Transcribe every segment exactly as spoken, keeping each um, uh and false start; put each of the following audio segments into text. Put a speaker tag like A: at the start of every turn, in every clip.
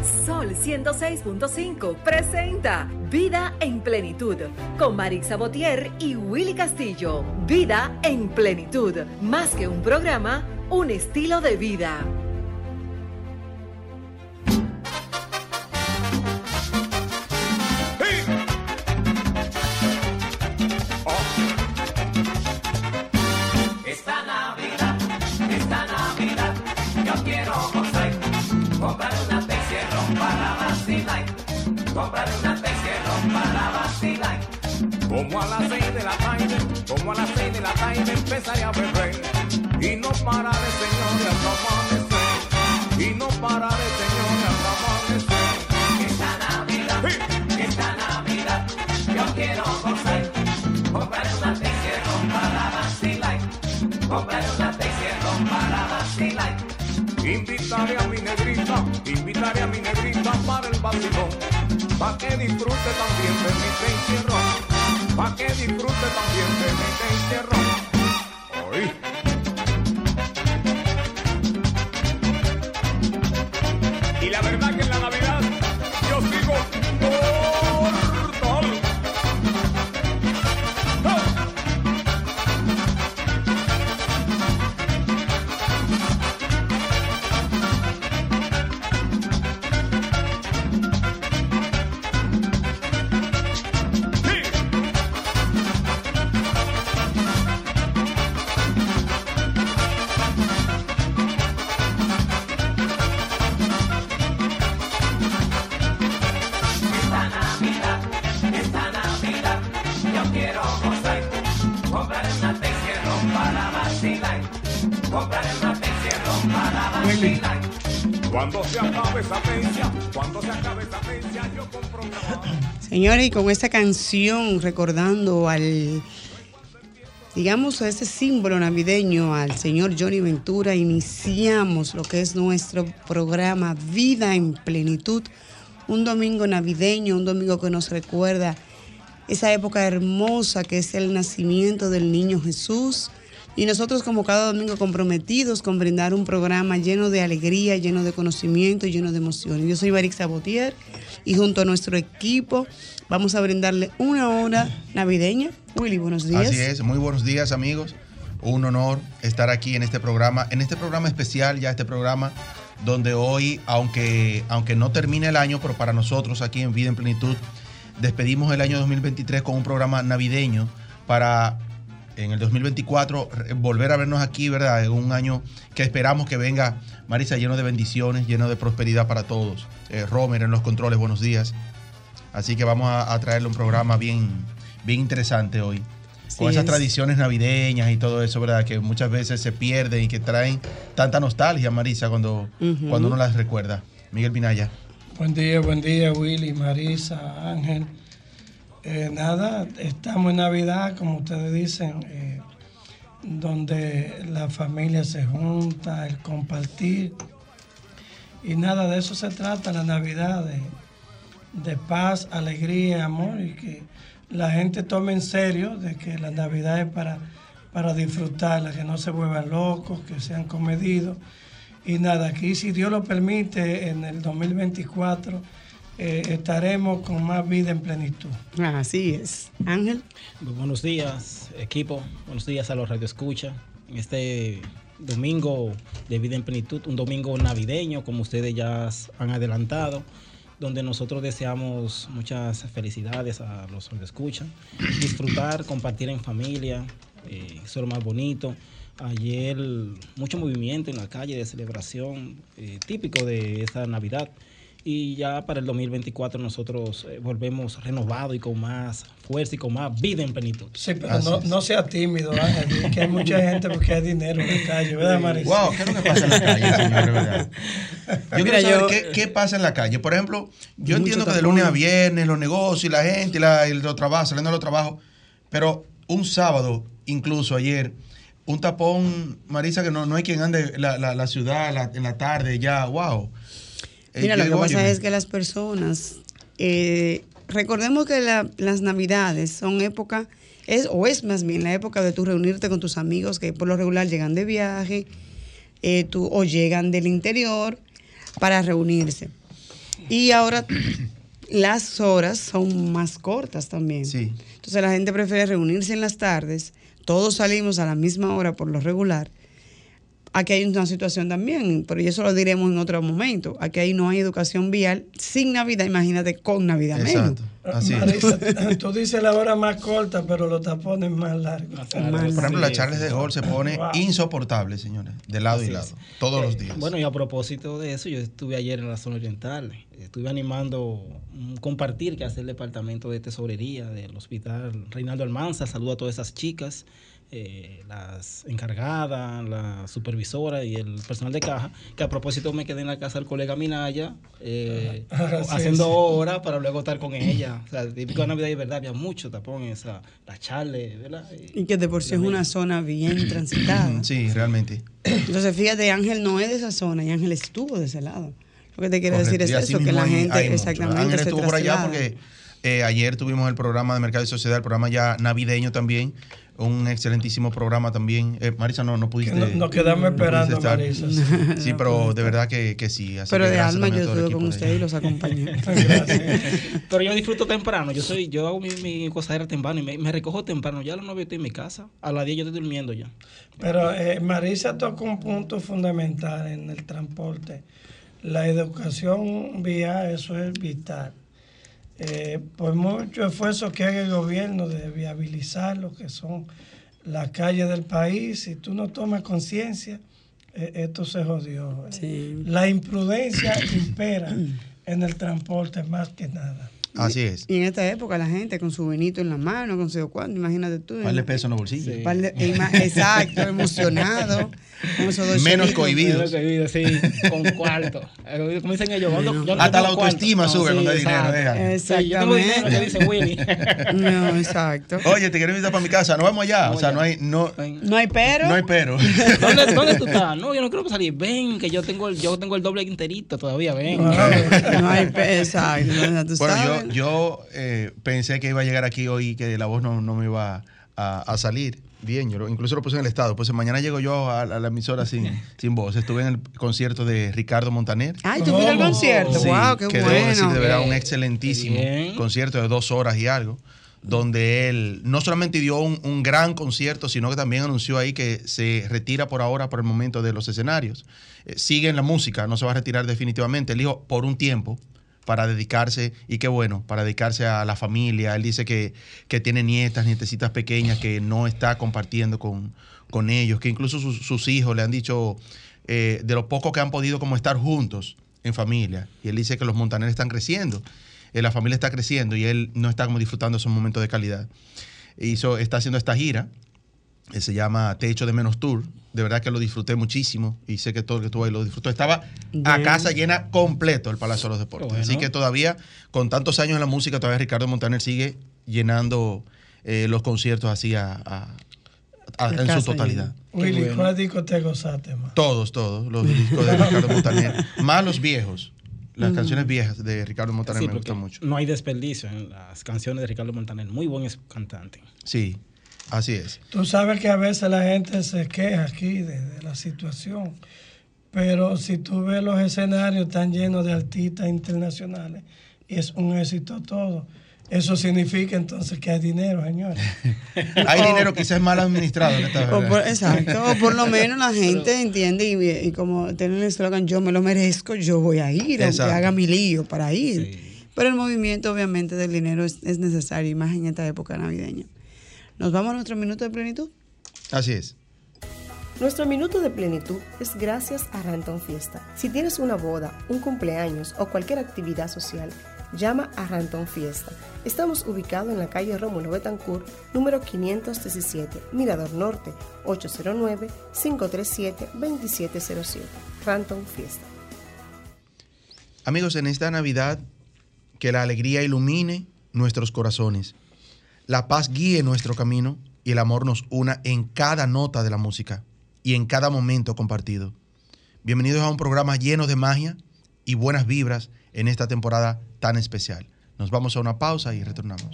A: Sol ciento seis punto cinco presenta Vida en Plenitud con Marisa Botier y Willy Castillo. Vida en Plenitud, más que un programa, un estilo de vida.
B: Esta Navidad, esta Navidad, yo quiero gozar, comprar una Teixeira para vacilar, comprar una Teixeira para vacilar.
C: Como a las seis de la tarde, como a las seis de la tarde empezaré a beber y no pararé, señores, hasta amanecer, y no pararé, señores, hasta amanecer.
B: Esta Navidad, sí. Esta Navidad, yo quiero gozar, comprar una Teixeira para vacilar, comprar una Teixeira para vacilar.
C: Invitaré a mi negrita, invitaré a mi negrita para el vacilón, pa' que disfrute también de mi Teixeira, pa' que disfrute también de mi Teixeira. Oí. Y la verdad que en la Navidad yo sigo mortal. ¡Oh! Cuando se acabe esa fecha, cuando se acabe esa fecha, yo compro una...
D: Señores, y con esta canción recordando al, digamos, a ese símbolo navideño, al señor Johnny Ventura, iniciamos lo que es nuestro programa Vida en Plenitud, un domingo navideño, un domingo que nos recuerda esa época hermosa que es el nacimiento del niño Jesús. Y nosotros como cada domingo comprometidos con brindar un programa lleno de alegría, lleno de conocimiento y lleno de emociones. Yo soy Marisa Botier y junto a nuestro equipo vamos a brindarle una hora navideña. Willy, buenos días.
E: Así es, muy buenos días amigos. Un honor estar aquí en este programa, en este programa especial, ya este programa donde hoy, aunque, aunque no termine el año, pero para nosotros aquí en Vida en Plenitud, despedimos el año dos mil veintitrés con un programa navideño para... en el dos mil veinticuatro volver a vernos aquí, ¿verdad? En un año que esperamos que venga, Marisa, lleno de bendiciones, lleno de prosperidad para todos. Eh, Romer en los controles, buenos días. Así que vamos a, a traerle un programa bien, bien interesante hoy. Sí, con esas es. tradiciones navideñas y todo eso, ¿verdad? Que muchas veces se pierden y que traen tanta nostalgia, Marisa, cuando, uh-huh. cuando uno las recuerda. Miguel Minaya.
F: Buen día, buen día, Willy, Marisa, Ángel. Eh, nada, estamos en Navidad, como ustedes dicen, eh, donde la familia se junta, el compartir. Y nada, de eso se trata la Navidad, de, de paz, alegría, amor, y que la gente tome en serio de que la Navidad es para, para disfrutarla, que no se vuelvan locos, que sean comedidos. Y nada, aquí si Dios lo permite, en el dos mil veinticuatro... Eh, estaremos con más vida en plenitud.
D: Así es. Ángel.
G: Buenos días, equipo. Buenos días a los radioescuchas. En este domingo de Vida en Plenitud, un domingo navideño, como ustedes ya han adelantado, donde nosotros deseamos muchas felicidades a los radioescuchas. Disfrutar, compartir en familia, eh, eso es lo más bonito. Ayer mucho movimiento en la calle de celebración, eh, típico de esta Navidad. Y ya para el dos mil veinticuatro nosotros eh, volvemos renovados y con más fuerza y con más vida en plenitud.
F: Sí, pero no, no sea tímido, Ángel, que hay mucha gente porque hay dinero en la calle, ¿verdad, Marisa?
E: Wow, ¿qué es lo que pasa en la calle, señor? ¿Verdad? Yo
D: Mira,
E: quiero saber
D: yo,
E: qué, qué pasa en la calle. Por ejemplo, yo entiendo que de lunes a viernes los negocios y la gente y, la, y los trabajos, saliendo de los trabajos, pero un sábado, incluso ayer, un tapón, Marisa, que no, no hay quien ande la, la, la ciudad la, en la tarde ya, wow.
D: Mira, lo que pasa es que las personas, eh, recordemos que la, las Navidades son época, es, o es más bien la época de tú reunirte con tus amigos que por lo regular llegan de viaje eh, tú, o llegan del interior para reunirse. Y ahora las horas son más cortas también.
E: Sí.
D: Entonces la gente prefiere reunirse en las tardes, todos salimos a la misma hora por lo regular. Aquí hay una situación también, pero eso lo diremos en otro momento. Aquí hay, no hay educación vial sin Navidad, imagínate con Navidad menos.
E: Exacto. Así es.
F: Marisa, tú dices la hora más corta, pero los tapones más largos.
D: Más
E: Por ejemplo,
D: largo.
E: la Charles de Gaulle se pone
F: Wow.
E: insoportable, señores, de lado y
G: Así
E: lado,
G: es.
E: todos
G: Eh,
E: los días.
G: Bueno, y a propósito de eso, yo estuve ayer en la zona oriental. Estuve animando un compartir que hace el departamento de tesorería del hospital Reinaldo Almanza. Saludo a todas esas chicas, eh, las encargadas, la supervisora y el personal de caja, que a propósito me quedé en la casa del colega Minaya, eh,
F: Ah, sí,
G: haciendo
F: sí.
G: horas para luego estar con ella. O sea, típico de Navidad y verdad, había mucho tapón en esa, la Charle, ¿verdad?
D: Y que de por sí es una zona bien transitada.
E: Sí, realmente.
D: Entonces, fíjate, Ángel no es de esa zona y Ángel estuvo de ese lado. Lo que te quiero decir
E: Correcto.
D: es
E: Y así
D: eso, que
E: mismo
D: la
E: hay-
D: gente
E: hay mucho.
D: exactamente
E: Ángel
D: se
E: estuvo por allá
D: traslada.
E: porque eh, ayer tuvimos el programa de Mercado y Sociedad, el programa ya navideño también, un excelentísimo programa también. Eh, Marisa, no, no pudiste.
F: Que no- nos quedamos esperando,
E: estar.
F: Marisa.
E: Sí, pero de verdad que, que sí. Así
D: Pero
E: que
D: de
E: gracias
D: alma
E: también a
D: yo
E: todo el
D: estuve con
E: equipo de
D: usted y los acompañé.
F: Gracias.
G: Pero yo disfruto temprano. Yo soy, yo hago mi, mi cosadera temprano y me, me recojo temprano. Ya a las nueve estoy en mi casa. A las diez yo estoy durmiendo ya.
F: Pero eh, Marisa tocó un punto fundamental en el transporte. La educación vial, eso es vital. Eh, por mucho esfuerzo que haga el gobierno de viabilizar lo que son las calles del país, si tú no tomas conciencia, eh, esto se jodió.
D: Sí.
F: La imprudencia impera en el transporte más que nada.
E: Así es.
D: Y en esta época la gente con su vinito en la mano, con su cuándo, imagínate tú.
E: Par de pesos en los bolsillos.
G: Sí.
D: Par de- e ima- exacto, emocionado. Con esos dos
E: Menos
D: chelitos.
E: cohibidos.
G: Sí, con cuarto. Eh, Como dicen ellos, yo no- yo no
E: Hasta
G: tengo
E: la autoestima
G: cuarto.
E: sube
G: No,
E: cuando hay
G: sí,
E: dinero,
G: exacto.
E: déjalo.
G: Sí, yo tengo dinero, que dice Willy.
D: No, exacto.
E: Oye, te quiero invitar para mi casa. No vamos allá. O sea, no hay, no,
D: No hay pero.
E: no hay pero.
G: ¿Dónde, ¿Dónde tú estás? No, yo no quiero salir. Ven, que yo tengo el, yo tengo el doble enterito todavía, ven.
D: No hay pero. Exacto. ¿No? Tú
E: Bueno,
D: sabes.
E: yo, yo eh, pensé que iba a llegar aquí hoy y que la voz no, no me iba a, a salir bien. Yo lo- incluso lo puse en el estado. Pues mañana llego yo a, a la emisora sin, sin voz. Estuve en el concierto de Ricardo Montaner.
D: Ay, tú fuiste al
F: ¿Cómo?
D: concierto.
E: Sí,
D: Wow, qué
E: que debo decir, de
D: bueno.
E: verdad, un
G: Qué
E: excelentísimo
G: bien.
E: concierto de dos horas y algo, donde él no solamente dio un, un gran concierto, sino que también anunció ahí que se retira por ahora, por el momento, de los escenarios. Eh, sigue en la música, no se va a retirar definitivamente. Él dijo, por un tiempo, para dedicarse, y qué bueno, para dedicarse a la familia. Él dice que, que tiene nietas, nietecitas pequeñas que no está compartiendo con, con ellos, que incluso sus, sus hijos le han dicho eh, de lo poco que han podido como estar juntos en familia. Y él dice que los Montaner están creciendo, eh, la familia está creciendo y él no está como disfrutando esos momentos de calidad. Hizo, está haciendo esta gira, eh, se llama Te echo de menos Tour. De verdad que lo disfruté muchísimo y sé que todo el que estuvo ahí lo disfrutó. Estaba a
D: Bien.
E: casa llena completo el Palacio de los Deportes.
G: Bueno.
E: Así que todavía, con tantos años en la música, todavía Ricardo Montaner sigue llenando eh, los conciertos así a, a- a-
D: La
E: en
D: casa
E: su totalidad.
F: Willy,
G: bueno.
F: ¿cuál disco te gozaste más?
E: Todos, todos los discos de Ricardo Montaner. Más los viejos. Las canciones viejas de Ricardo Montaner
G: Sí,
E: me
G: porque
E: gustan mucho.
G: no hay desperdicio en las canciones de Ricardo Montaner. Muy buen es- cantante.
E: Sí, así es.
F: Tú sabes que a veces la gente se queja aquí de, de la situación, pero si tú ves los escenarios están llenos de artistas internacionales y es un éxito todo. Eso significa entonces que hay dinero, señores.
E: Hay dinero quizás mal administrado en esta
D: O por-
E: verdad.
D: exacto, o por lo menos la gente entiende y, y como tienen el eslogan, yo me lo merezco, yo voy a ir, aunque
E: Exacto.
D: haga mi lío para ir.
G: Sí.
D: Pero el movimiento obviamente del dinero es, es necesario, y más en esta época navideña. ¿Nos vamos a nuestro minuto de plenitud?
E: Así es.
H: Nuestro minuto de plenitud es gracias a Ranton Fiesta. Si tienes una boda, un cumpleaños o cualquier actividad social, llama a Ranton Fiesta. Estamos ubicados en la calle Rómulo Betancourt, número quinientos diecisiete, Mirador Norte, ocho cero nueve, cinco tres siete, dos siete cero siete. Ranton Fiesta.
E: Amigos, en esta Navidad, que la alegría ilumine nuestros corazones, la paz guíe nuestro camino y el amor nos una en cada nota de la música y en cada momento compartido. Bienvenidos a un programa lleno de magia y buenas vibras en esta temporada tan especial. Nos vamos a una pausa y retornamos.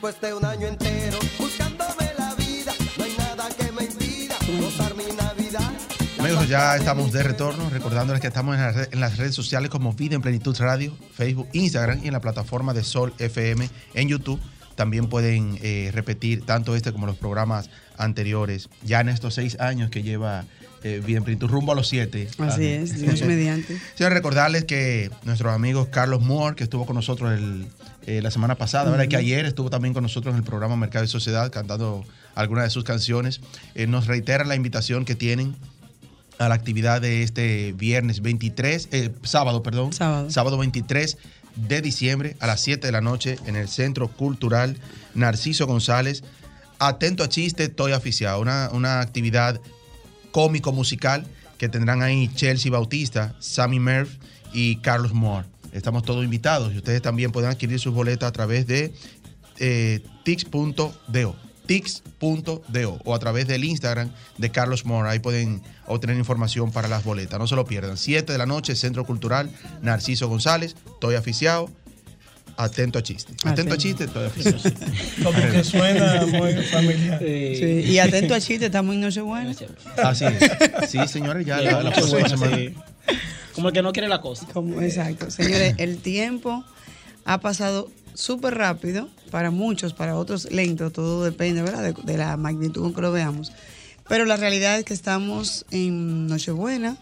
I: Después de un año entero buscándome la vida, no hay nada que me impida gozar mi Navidad.
E: Amigos, ya estamos de retorno, recordándoles que estamos en las, red, en las redes sociales como Vida en Plenitud Radio, Facebook, Instagram y en la plataforma de Sol F M en YouTube. También pueden eh, repetir tanto este como los programas anteriores, ya en estos seis años que lleva eh, Vida en Plenitud, rumbo a los siete.
D: Así
E: ah,
D: es, Dios mediante.
E: Quiero recordarles que nuestros amigos Carlos Moore, que estuvo con nosotros el, eh, la semana pasada, uh-huh. ¿verdad? Que ayer estuvo también con nosotros en el programa Mercado y Sociedad cantando algunas de sus canciones, eh, nos reiteran la invitación que tienen a la actividad de este viernes veintitrés, eh, sábado, perdón,
D: sábado.
E: sábado veintitrés de diciembre a las siete de la noche en el Centro Cultural Narciso González. Atento a chiste, estoy aficiado. Una, una actividad cómico-musical que tendrán ahí Chelsea Bautista, Sammy Merv y Carlos Moore. Estamos todos invitados y ustedes también pueden adquirir sus boletas a través de eh, tix punto do. tix punto do o a través del Instagram de Carlos Moore. Ahí pueden obtener información para las boletas. No se lo pierdan. siete de la noche, Centro Cultural Narciso González. Estoy aficiado. Atento a chiste. Atento a chiste, estoy aficiado.
F: Como que suena muy familiar.
D: Sí. Sí. Y atento a chiste, estamos en Nochebuena.
E: Así es. Sí, señores, ya la, la próxima semana.
G: Sí. Como el que no quiere la cosa.
D: Como, exacto. Señores, el tiempo ha pasado súper rápido, para muchos, para otros lento, todo depende, ¿verdad?, de, de la magnitud con que lo veamos. Pero la realidad es que estamos en Nochebuena,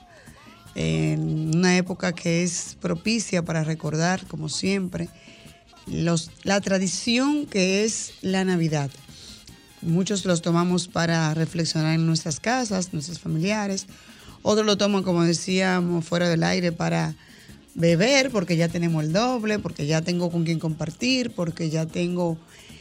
D: en una época que es propicia para recordar, como siempre, los, la tradición que es la Navidad. Muchos los tomamos para reflexionar en nuestras casas, nuestros familiares. Otros lo toman, como decíamos, fuera del aire para beber, porque ya tenemos el doble, porque ya tengo con quien compartir, porque ya tengo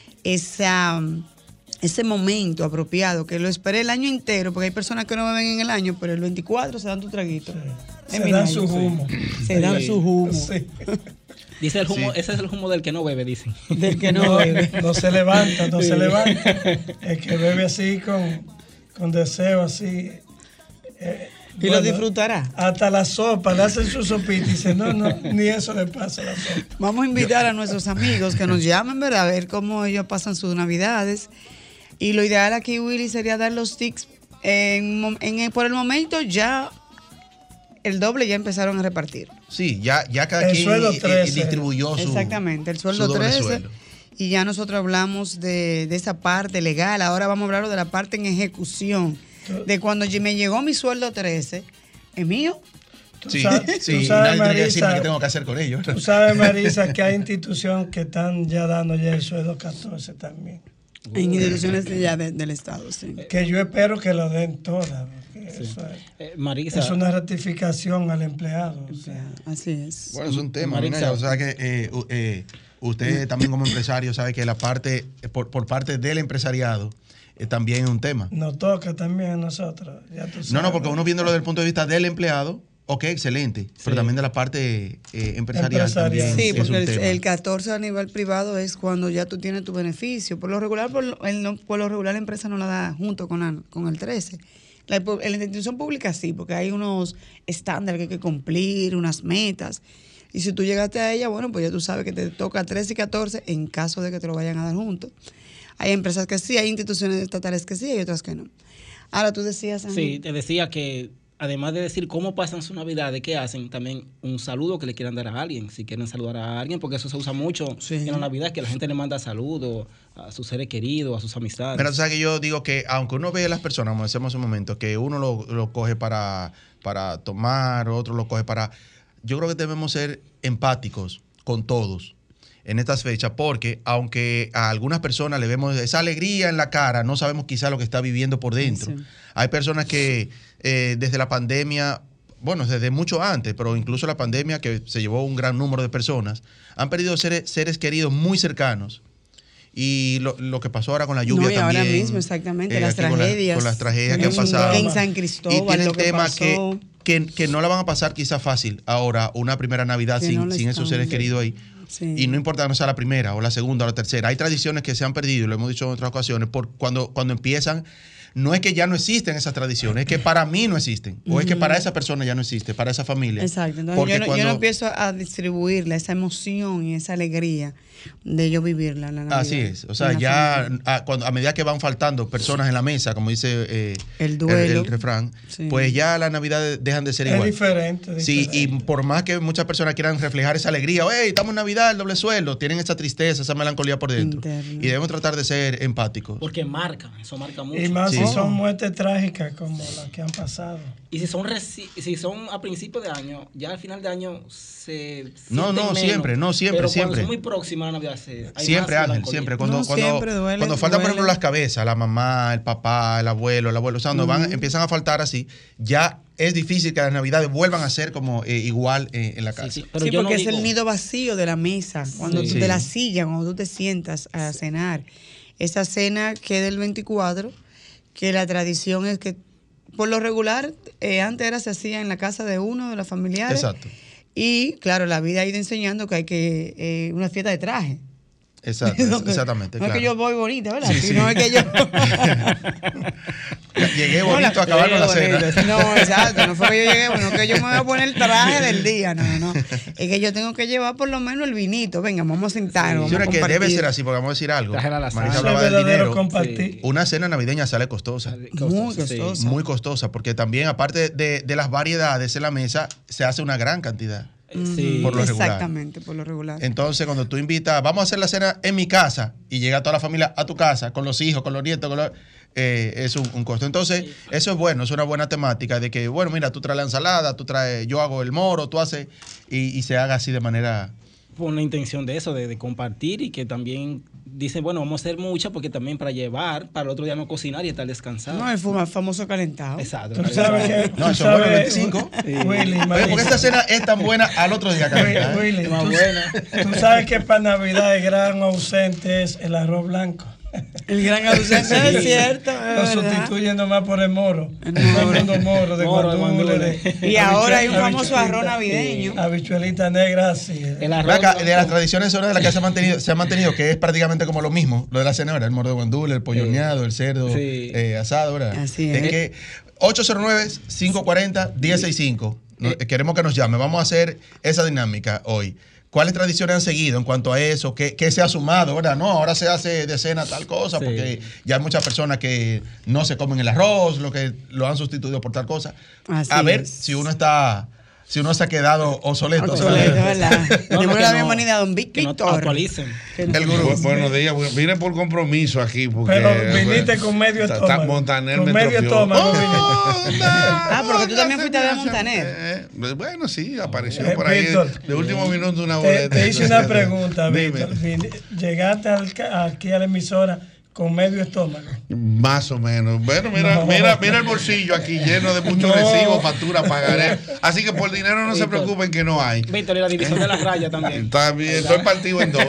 D: esa, ese momento apropiado, que lo esperé el año entero, porque hay personas que no beben en el año, pero el veinticuatro se dan tu traguito.
F: Sí. Se dan su humo.
D: Se dan
G: sí.
D: su humo.
F: Sí.
G: Dice el humo,
E: sí.
G: Ese es el humo del que no bebe, dicen.
D: Del que no,
F: no
D: bebe.
F: No se levanta, no
G: sí.
F: se levanta. El que bebe así con, con deseo, así. Eh,
D: y
F: bueno,
D: lo disfrutará.
F: Hasta la sopa, le hacen su sopita y dice, no, no, ni eso le pasa a la sopa.
D: Vamos a invitar a nuestros amigos que nos llamen, ¿verdad?, a ver cómo ellos pasan sus navidades. Y lo ideal aquí, Willy, sería dar los tics. En, en, por el momento ya el doble ya empezaron a repartir.
E: Sí, ya, ya cada
F: el
E: quien
F: sueldo trece.
E: distribuyó su
D: Exactamente, el sueldo
E: su doble
D: trece.
E: Sueldo.
D: Y ya nosotros hablamos de, de esa parte legal. Ahora vamos a hablar de la parte en ejecución. De cuando me llegó mi sueldo trece, ¿es mío?
E: Sí,
F: sabes,
E: sí,
F: sabes,
E: nadie tiene que decirme
F: Marisa,
E: qué tengo que hacer con ellos.
F: Tú sabes, Marisa, que hay instituciones que están ya dando ya el sueldo catorce también.
D: En instituciones de ya de, del Estado, sí.
F: Que yo espero que lo den todas. Sí. Eso es,
G: eh, Marisa,
F: es una ratificación al empleado. O sea.
D: Así es.
E: Bueno, es un tema,
G: Marisa,
E: Minaya, o sea que eh, eh, usted también como empresario sabe que la parte, por, por parte del empresariado, eh, también es un tema.
F: Nos toca también a nosotros. Ya tú sabes.
E: No, no, porque uno viéndolo desde el punto de vista del empleado, ok, excelente, sí. Pero también de la parte eh, empresarial, empresarial también.
D: Sí,
E: es
D: porque
E: un
D: el,
E: tema.
D: el catorce a nivel privado es cuando ya tú tienes tu beneficio. Por lo regular, por lo, el, por lo regular la empresa no la da junto con, la, con el trece. La, en la institución pública sí, porque hay unos estándares que hay que cumplir, unas metas. Y si tú llegaste a ella, bueno, pues ya tú sabes que te toca trece y catorce en caso de que te lo vayan a dar juntos. Hay empresas que sí, hay instituciones estatales que sí, hay otras que no. Ahora tú decías... Ángel.
G: Sí, te decía que además de decir cómo pasan su Navidad, de qué hacen, también un saludo que le quieran dar a alguien, si quieren saludar a alguien, porque eso se usa mucho sí. en la Navidad, que la gente le manda saludos a sus seres queridos, a sus amistades.
E: Pero o sea que yo digo que aunque uno ve a las personas, como decíamos hace un momento, que uno lo, lo coge para, para tomar, otro lo coge para... Yo creo que debemos ser empáticos con todos en estas fechas, porque aunque a algunas personas le vemos esa alegría en la cara, no sabemos quizá lo que está viviendo por dentro. Sí. Hay personas que eh, desde la pandemia, bueno, desde mucho antes, pero incluso la pandemia que se llevó un gran número de personas, han perdido seres, seres queridos muy cercanos. Y lo, lo que pasó ahora con la lluvia no, y también.
D: Ahora mismo, exactamente,
E: eh,
D: las tragedias.
E: Con, la, con las tragedias que han pasado.
D: En San Cristóbal,
E: y tienen
D: lo que
E: tema
D: pasó.
E: Que, que, que no la van a pasar quizá fácil ahora, una primera Navidad que sin, no sin esos seres queridos ahí. Sí. Y no importa que no sea la primera o la segunda o la tercera. Hay tradiciones que se han perdido, y lo hemos dicho en otras ocasiones, por cuando, cuando empiezan no es que ya no existen esas tradiciones, es que para mí no existen. O es que para esa persona ya no existe, para esa familia.
D: Exacto. Entonces
E: Porque
D: yo no,
E: cuando,
D: yo no empiezo a distribuirla, esa emoción y esa alegría de yo vivirla en la Navidad.
E: Así es. O sea, ya a, cuando, a medida que van faltando personas en la mesa, como dice eh,
D: el, duelo.
E: el, el refrán, sí. pues ya las Navidades dejan de ser
F: es
E: igual.
F: Diferente, es
E: sí,
F: diferente.
E: Y por más que muchas personas quieran reflejar esa alegría, hey, estamos en Navidad, el doble sueldo, tienen esa tristeza, esa melancolía por dentro. Interno. Y debemos tratar de ser empáticos.
G: Porque marca, eso marca mucho.
F: Y más
E: sí.
F: si son muertes trágicas como las que han pasado.
G: Y si son si son a principio de año, ya al final de año se
E: No, no,
G: menos,
E: siempre, no, siempre,
G: pero
E: siempre.
G: Cuando son muy próximas a la Navidad, se, hay
E: siempre,
G: más
E: Ángel, siempre. Cuando,
D: no,
E: cuando,
D: siempre duele,
E: cuando faltan,
D: duele.
E: por ejemplo, las cabezas, la mamá, el papá, el abuelo, el abuelo, o sea, cuando uh-huh. van, empiezan a faltar así, ya es difícil que las Navidades vuelvan a ser como eh, igual eh, en la casa.
D: Sí, sí, pero sí porque no es digo... el nido vacío de la mesa, cuando sí. tú, de la silla, cuando tú te sientas a cenar. Esa cena que del veinticuatro, que la tradición es que por lo regular, eh, antes era se hacía en la casa de uno de los familiares.
E: Exacto.
D: Y claro, la vida ha ido enseñando que hay que eh, una fiesta de traje.
E: Exacto, no, exactamente.
D: No
E: claro.
D: es que yo voy bonita, ¿verdad?
E: Sí, sí.
D: No es que yo.
E: Llegué bonito a acabar con la cena.
D: No, exacto. No fue que yo llegué, bueno, que yo me voy a poner el traje del día. No, no. Es que yo tengo que llevar por lo menos el vinito. Venga, vamos a sentarnos.
E: Sí,
D: vamos a
E: que debe ser así, porque vamos a decir algo. Marisa hablaba del dinero. Sí. Una cena navideña sale costosa.
D: Muy costosa.
E: Sí. Muy costosa, porque también, aparte de, de las variedades en la mesa, se hace una gran cantidad.
G: Sí.
E: Por lo regular.
D: Exactamente, por lo regular.
E: Entonces, cuando tú invitas, vamos a hacer la cena en mi casa y llega toda la familia a tu casa, con los hijos, con los nietos, con los, eh, es un, un costo. Entonces, eso es bueno, es una buena temática de que, bueno, mira, tú traes la ensalada, tú traes, yo hago el moro, tú haces, y, y se haga así de manera...
G: Con la intención de eso, de, de compartir y que también dicen, bueno, vamos a hacer mucha porque también para llevar, para el otro día no cocinar y estar descansado.
D: No, el famoso calentado.
G: Exacto.
F: ¿Tú sabes que,
E: no, eso es bueno el veinticinco.
F: Sí. Willy,
E: Oye, porque esta cena es tan buena al otro día.
F: Willy, Willy, más buena. Tú sabes que para Navidad el gran ausente es el arroz blanco.
D: El gran ausente, sí. Es cierto.
F: Lo sustituyen nomás por el moro. El moro, moro de
G: moro,
F: guandules.
D: Y ahora hay un famoso arroz navideño.
F: Habichuelita negra, sí.
E: El arroz Acá, de las tradiciones son de las que se han mantenido, se ha mantenido, que es prácticamente como lo mismo, lo de la cena, ¿verdad? El moro de guandules, el pollo horneado, el cerdo
G: sí.
E: eh, asado, ¿verdad?
D: Así es.
E: Es que ocho cero nueve, cinco cuatro cero, uno cero seis cinco. No, queremos que nos llame. Vamos a hacer esa dinámica hoy. ¿Cuáles tradiciones han seguido en cuanto a eso? ¿Qué, qué se ha sumado? ¿Verdad? No, ahora se hace de cena tal cosa, sí. porque ya hay muchas personas que no se comen el arroz, lo que lo han sustituido por tal cosa.
D: Así
E: a ver
D: es.
E: si uno está... Si uno se ha quedado obsoleto.
D: Obsoleto, ¿verdad?
G: No,
D: Démosle
G: no,
D: la
G: no,
D: bienvenida a don Víctor.
G: Que no actualicen.
E: El gurú.
J: Bu buenos días. Vine por compromiso aquí. Porque,
F: pero viniste con medio estómago.
J: Montaner
F: con
J: me
F: medio estómago.
J: Oh, no,
D: ah, porque tú también fuiste a ver a Montaner.
J: Eh, bueno, sí, apareció
F: eh,
J: por ahí
F: Víctor,
J: de último minuto una
F: te,
J: boleta.
F: te hice una pregunta, Víctor. Llegaste al, aquí a la emisora con medio estómago.
J: Más o menos. Bueno, mira, no. mira, mira el bolsillo aquí lleno de muchos no. recibos, facturas, pagaré. Así que por dinero no Víctor. se preocupen que no hay.
G: Víctor, y la división de las rayas también.
J: También, estoy partido en dos.